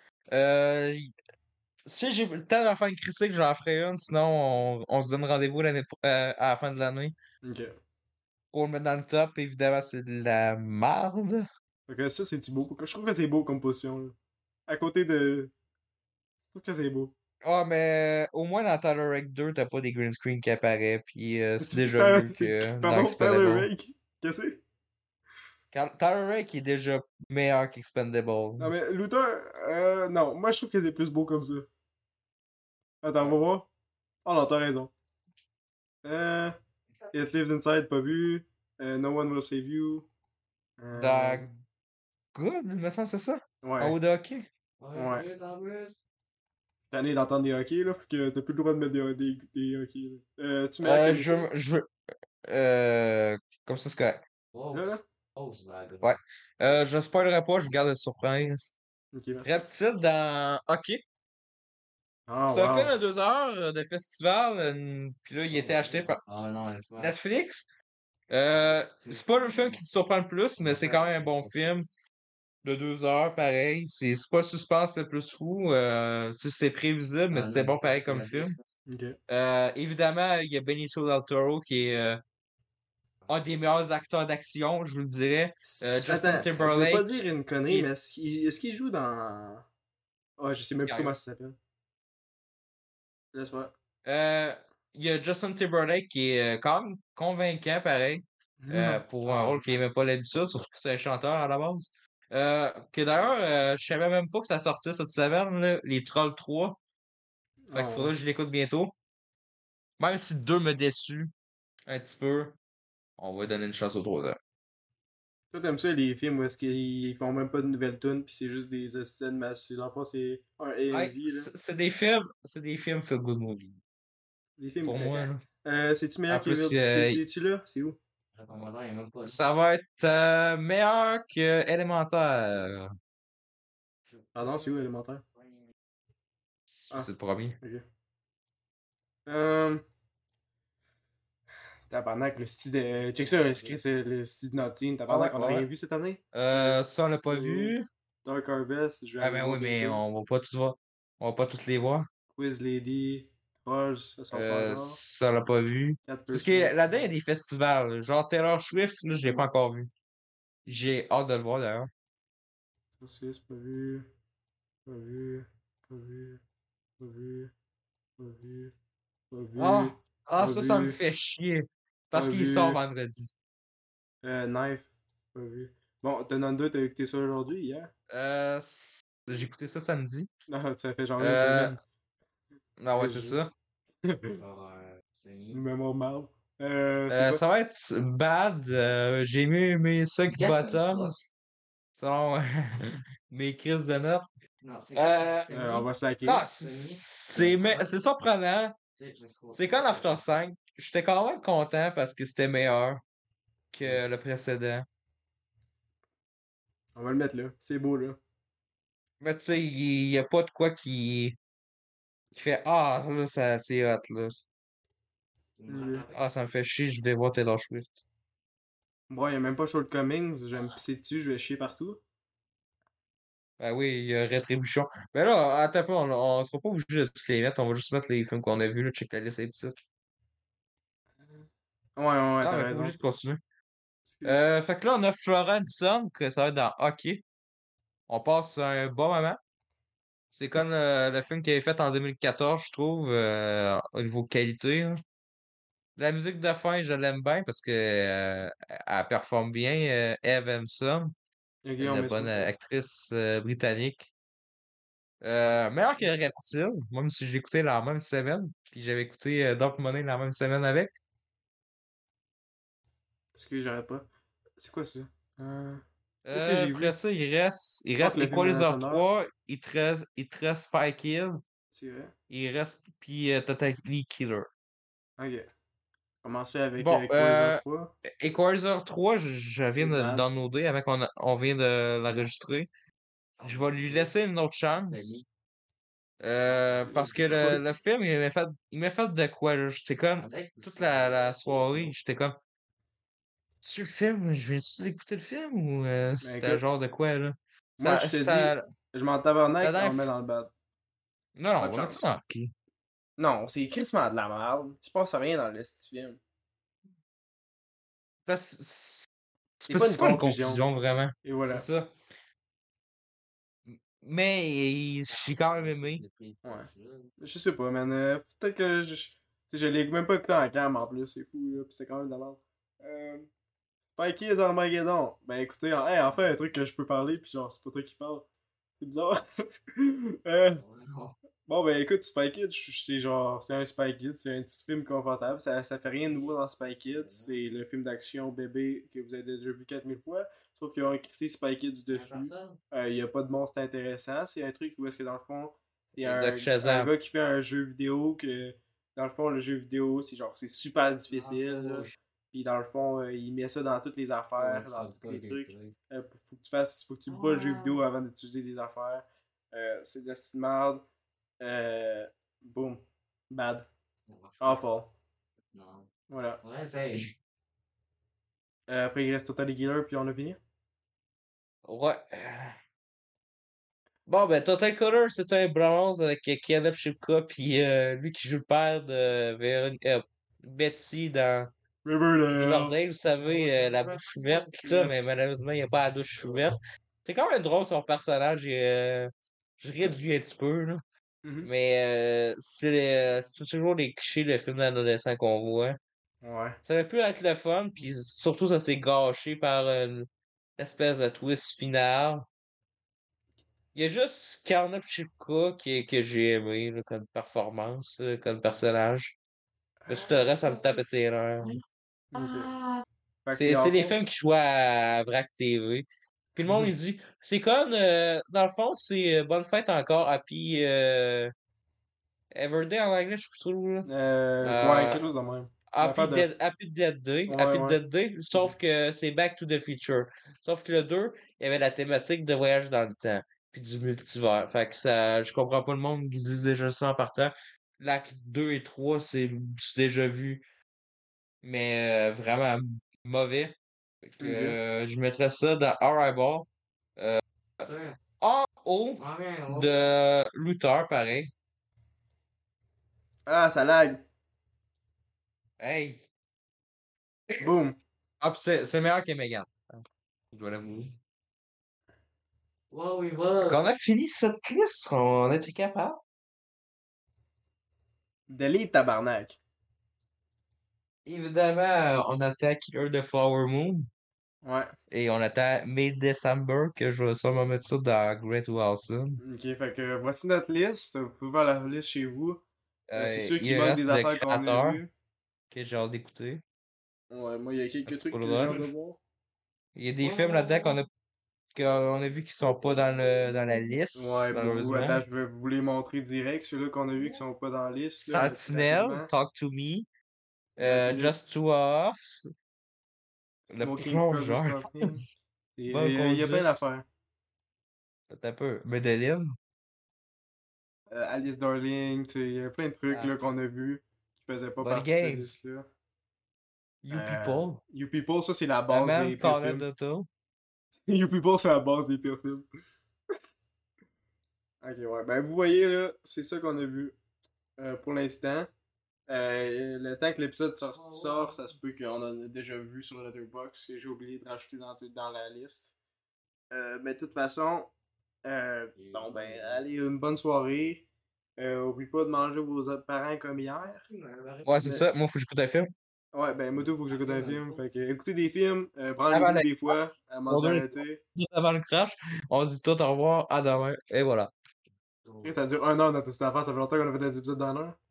Si j'ai le temps d'en faire une critique, j'en ferai une. Sinon, on se donne rendez-vous à la fin de l'année. Ok. Pour le mettre dans le top, évidemment, c'est de la marde. Fait que ça, c'est-tu beau? Je trouve que c'est beau comme position, là. À côté de. Je trouve que c'est beau. Ah, mais au moins dans Tyler Rake 2, t'as pas des green screen qui apparaissent, puis c'est déjà Tyler- mieux que dans Pardon, Tyler Expendable. Rake. Qu'est-ce que c'est? Tyler Rake est déjà meilleur qu'Expendable. Non, mais Luther, non. Moi, je trouve que c'est plus beau comme ça. Attends, on va voir. Oh non, t'as raison. Euh. It Lives Inside, pas vu. No One Will Save You. Dans Good, il me semble, c'est ça? En Ouais. haut de hockey? Ouais. Tanné d'entendre des hockey, là, fait que t'as plus le droit de mettre des hockey, là. Tu mets quel essai? Comme ça, c'est correct. Là, là? Ouais. Je spoilerai pas, je garde la surprise. Ok, merci. Reptile dans Hockey. Ah, C'est un film wow. de 2 heures de festival, puis là, il a été acheté par Ah non, laisse-moi. Netflix. C'est pas le film qui te surprend le plus, mais c'est quand même un bon film de 2 heures, pareil. C'est pas le suspense le plus fou. Tu sais, c'était prévisible, mais c'était bon pareil comme film. Ok. Évidemment, il y a Benicio del Toro qui est un des meilleurs acteurs d'action, je vous le dirais. Justin Attends, je veux pas Timberlake, dire une qui connerie, est mais est-ce qu'il joue dans. Ah, je sais même plus comment Skyrim. ça s'appelle. Laisse moi. Euh, il y a Justin Timberlake qui est quand même convaincant, pareil, pour un rôle qui n'est même pas l'habitude, surtout que c'est un chanteur à la base. Que d'ailleurs, je savais même pas que ça sortait cette semaine, là, les Trolls 3. Fait qu'il Oh, faudrait que je l'écoute bientôt. Même si le 2 me déçu un petit peu, on va lui donner une chance au 3. toi, t'aimes ça les films où est-ce qu'ils font même pas de nouvelles tunes, pis c'est juste des scènes massives. Dans le fond, c'est un Hey, AMV, là. c'est des films feel good movie. Des films Pour moi, caca. là. C'est-tu meilleur En que plus, Evil? C'est-tu là? C'est où? Le commandant est même pas là. ça va être meilleur que Élémentaire. Pardon, c'est où, élémentaire? Ah. C'est le premier. Ok. Euh... Tabarnak, le style de. Check ça, le style de Notting. Ah ouais, Tabarnak, on a ouais, rien ouais. vu cette année? Ça, on l'a pas Go. vu. Dark Harvest, je vais Ah aller ben voir oui, mais bientôt. on va pas tout voir. On va pas toutes les voir. Quiz Lady, Trolls, ça sort pas encore. Ça, on l'a pas vu. 4 Parce que là-dedans, il y a personnes. des festivals. Genre Taylor Swift, là, je l'ai pas encore vu. J'ai hâte de le voir d'ailleurs. Ça, c'est pas vu. Pas vu. Pas vu. Pas vu. Pas vu. Pas Ah! vu. Ah, Pas ça me vu. fait chier. Parce Pas qu'il sort vu. vendredi. Knife. Pas vu. Bon, Tenon 2, t'as écouté ça aujourd'hui, hier? J'ai écouté ça samedi. Non, ça fait genre une Euh, semaine. non, ouais, C'est c'est juste. ça. C'est une mémoire mal. C'est quoi? Ça va être bad. J'ai mieux aimé ça que Bottoms. Selon mes crises de notes. On va Non, slacker. c'est surprenant. C'est comme After 5. J'étais quand même content parce que c'était meilleur que le précédent. On va le mettre là. C'est beau là. Mais tu sais, il y a pas de quoi qui fait Ah, là, c'est hot, là. Ok. Ah, ça me fait chier, je vais voir Taylor Swift. Bon, il y a même pas Shortcomings. Je vais me pisser dessus, je vais chier partout. Ah oui, il y a Rétribution. Mais là, attends un peu, on sera pas obligé de tous les mettre, on va juste mettre les films qu'on a vus, là, check la liste et tout. Ouais, ouais, ouais, Non, t'as mais pas obligé raison. de continuer. Excuse. Fait que là, on a Florent Disson, que ça va être dans Hockey. On passe un bon moment. C'est comme le film qu'il avait fait en 2014, je trouve, au niveau qualité, là. La musique de fin, je l'aime bien parce que elle performe bien. Eve Hemsworth, Ok, on une met ça. bonne actrice britannique. Meilleur que Reptile, même si je l'ai écouté la même semaine. Puis j'avais écouté Dark Money la même semaine avec. Excuse, j'arrête pas. C'est quoi ça? Euh, Qu'est-ce que j'ai Après vu? ça, il Ah, reste que le film de Equalizer Nathan 3, il te reste Spy Kill, C'est vrai. il reste puis Totally Killer. Ok. Commencer avec Bon, Equalizer 3. Equalizer 3, je viens C'est de le bad. downloader avec on vient de l'enregistrer. Je vais lui laisser une autre chance. Parce que le film, il m'a fait de quoi, là? J'étais comme, toute la soirée, j'étais comme, tu le film, je viens-tu d'écouter le film ou Mais c'était écoute, genre de quoi, là? moi je te dis, Ça, je m'en la tabarnak, on dernière le met dans le bad. non, non, Pas on de va mettre chance. ça dans qui? Non, c'est crissement de la merde. Il se passe rien dans le petit film. Parce que c'est Il n'y a pas une c'est pas une conclusion. conclusion, vraiment. Et C'est voilà. ça. Mais j'ai quand même aimé. Ouais. Je sais pas, man. Peut-être que je. Tu sais, je l'ai même pas écouté en cam en plus, c'est fou, là. Pis c'était quand même de la merde. Spy Kids Armageddon. Ben écoutez, enfin un truc que je peux parler, puis genre, c'est pas toi qui parle. C'est bizarre. euh, Bon, ben écoute, Spy Kids, c'est genre, c'est un Spy Kids, c'est un petit film confortable. Ça fait rien de nouveau dans Spy Kids. C'est le film d'action bébé que vous avez déjà vu 4000 fois. Sauf qu'ils ont écrit Spy Kids dessus. Il y a pas de monstre intéressant. C'est un truc où est-ce que dans le fond, c'est C'est Doc un Shazam. gars qui fait un jeu vidéo que. Dans le fond, le jeu vidéo, c'est genre, c'est super difficile. Là. Puis dans le fond, il met ça dans toutes les affaires, dans tous les trucs. Faut que tu bats le jeu vidéo avant d'utiliser des affaires. C'est de la style merde. Boom. Bad. Awful. Voilà. Après, il reste Total Killer, puis on a fini. Ouais. Bon, ben, Total Killer, c'est un bronze avec Caleb Shipka, puis lui qui joue le père de Betsy dans Riverdale. Riverdale, vous savez, la bouche ouverte, là, mais Yes. malheureusement, il n'y a pas la bouche ouverte. C'est quand même drôle son personnage, et je ris de lui un petit peu, là. Mhm. Mais c'est toujours les clichés de films d'adolescents qu'on voit. Ouais. Ça aurait pu être le fun, puis surtout ça s'est gâché par une espèce de twist final. Il y a juste Karnap Chipka que j'ai aimé là, comme performance, comme personnage. Mais tout le reste, ça me tape ses nerfs. Ok. Fait que c'est C'est les awful. films qui jouent à Vrac TV. Puis le monde, il dit, c'est comme, dans le fond, c'est Bonne fête encore, Happy Everyday en anglais, je sais plus trop, là. Ouais, Euh, quelque chose de même. L'affaire de. Ouais, Happy ouais. Dead Day, Ok. sauf que c'est Back to the Future. Sauf que le 2, il y avait la thématique de voyage dans le temps. puis du multivers. Fait que ça, je comprends pas le monde qui dit déjà ça en partant. L'acte 2 et 3, c'est du déjà vu, mais vraiment mauvais. Fait que, Ok. je mettrais ça dans Arrival. Ça. En haut Ah, ouais, on va. de Luther, pareil. Ah, ça lag. Hey! Boom. Ah, pis c'est meilleur que Megan. Je dois l'avouer. Wow, il va. Quand on a fini cette liste, on était capable. Delete tabarnak. Évidemment, on attend Killer the Flower Moon Ouais. et on attend May December, que je vais sûrement mettre ça dans Great Wilson. Ok, fait que voici notre liste. Vous pouvez voir la liste chez vous. C'est sûr qu'il Il manque reste des le affaires qu'on a créateur vues. que j'ai hâte d'écouter. Ouais, moi, il y a quelques C'est trucs pas le que j'ai hâte run. de voir. Il y a des films là-dedans qu'on a vu qui sont pas dans la liste, Ouais, beaucoup. malheureusement. Attends, je vais vous les montrer direct. Ceux-là qu'on a vus qui sont pas dans la liste, là, Sentinel, rapidement. Talk to Me, Ok. Just Two Offs, Le Smoking Purpose Plongeur, Nothing. Et Bonne il y a plein conduite, d'affaires. peut-être un peu, Medellin, Alice Darling, tu sais, il y a plein de trucs là, qu'on a vus qui faisaient pas Body partie de cette Games, liste-là. You People, You People, ça c'est la A base Man des pires Called films. Otto. You People, c'est la base des pires films. Ok, ouais. Ben, vous voyez, là, c'est ça qu'on a vu pour l'instant. Le temps que l'épisode sort, ça se peut qu'on en a déjà vu sur Letterboxd, que j'ai oublié de rajouter dans la liste. Mais de toute façon, bon, ben, allez, une bonne soirée. Oublie pas de manger vos parents comme hier. Ouais, c'est Mais- ça, moi, faut que j'écoute un film. Ouais, ben, moi, tout, faut que j'écoute un film. Fait que, écoutez des films, Avant branlez-vous le, des fois, avant mon Dieu, d'arrêter. avant le crash, on se dit tout au revoir, à demain, et voilà. Ça dure 1 heure notre cette affaire, ça fait longtemps qu'on a fait des épisodes d'1 heure.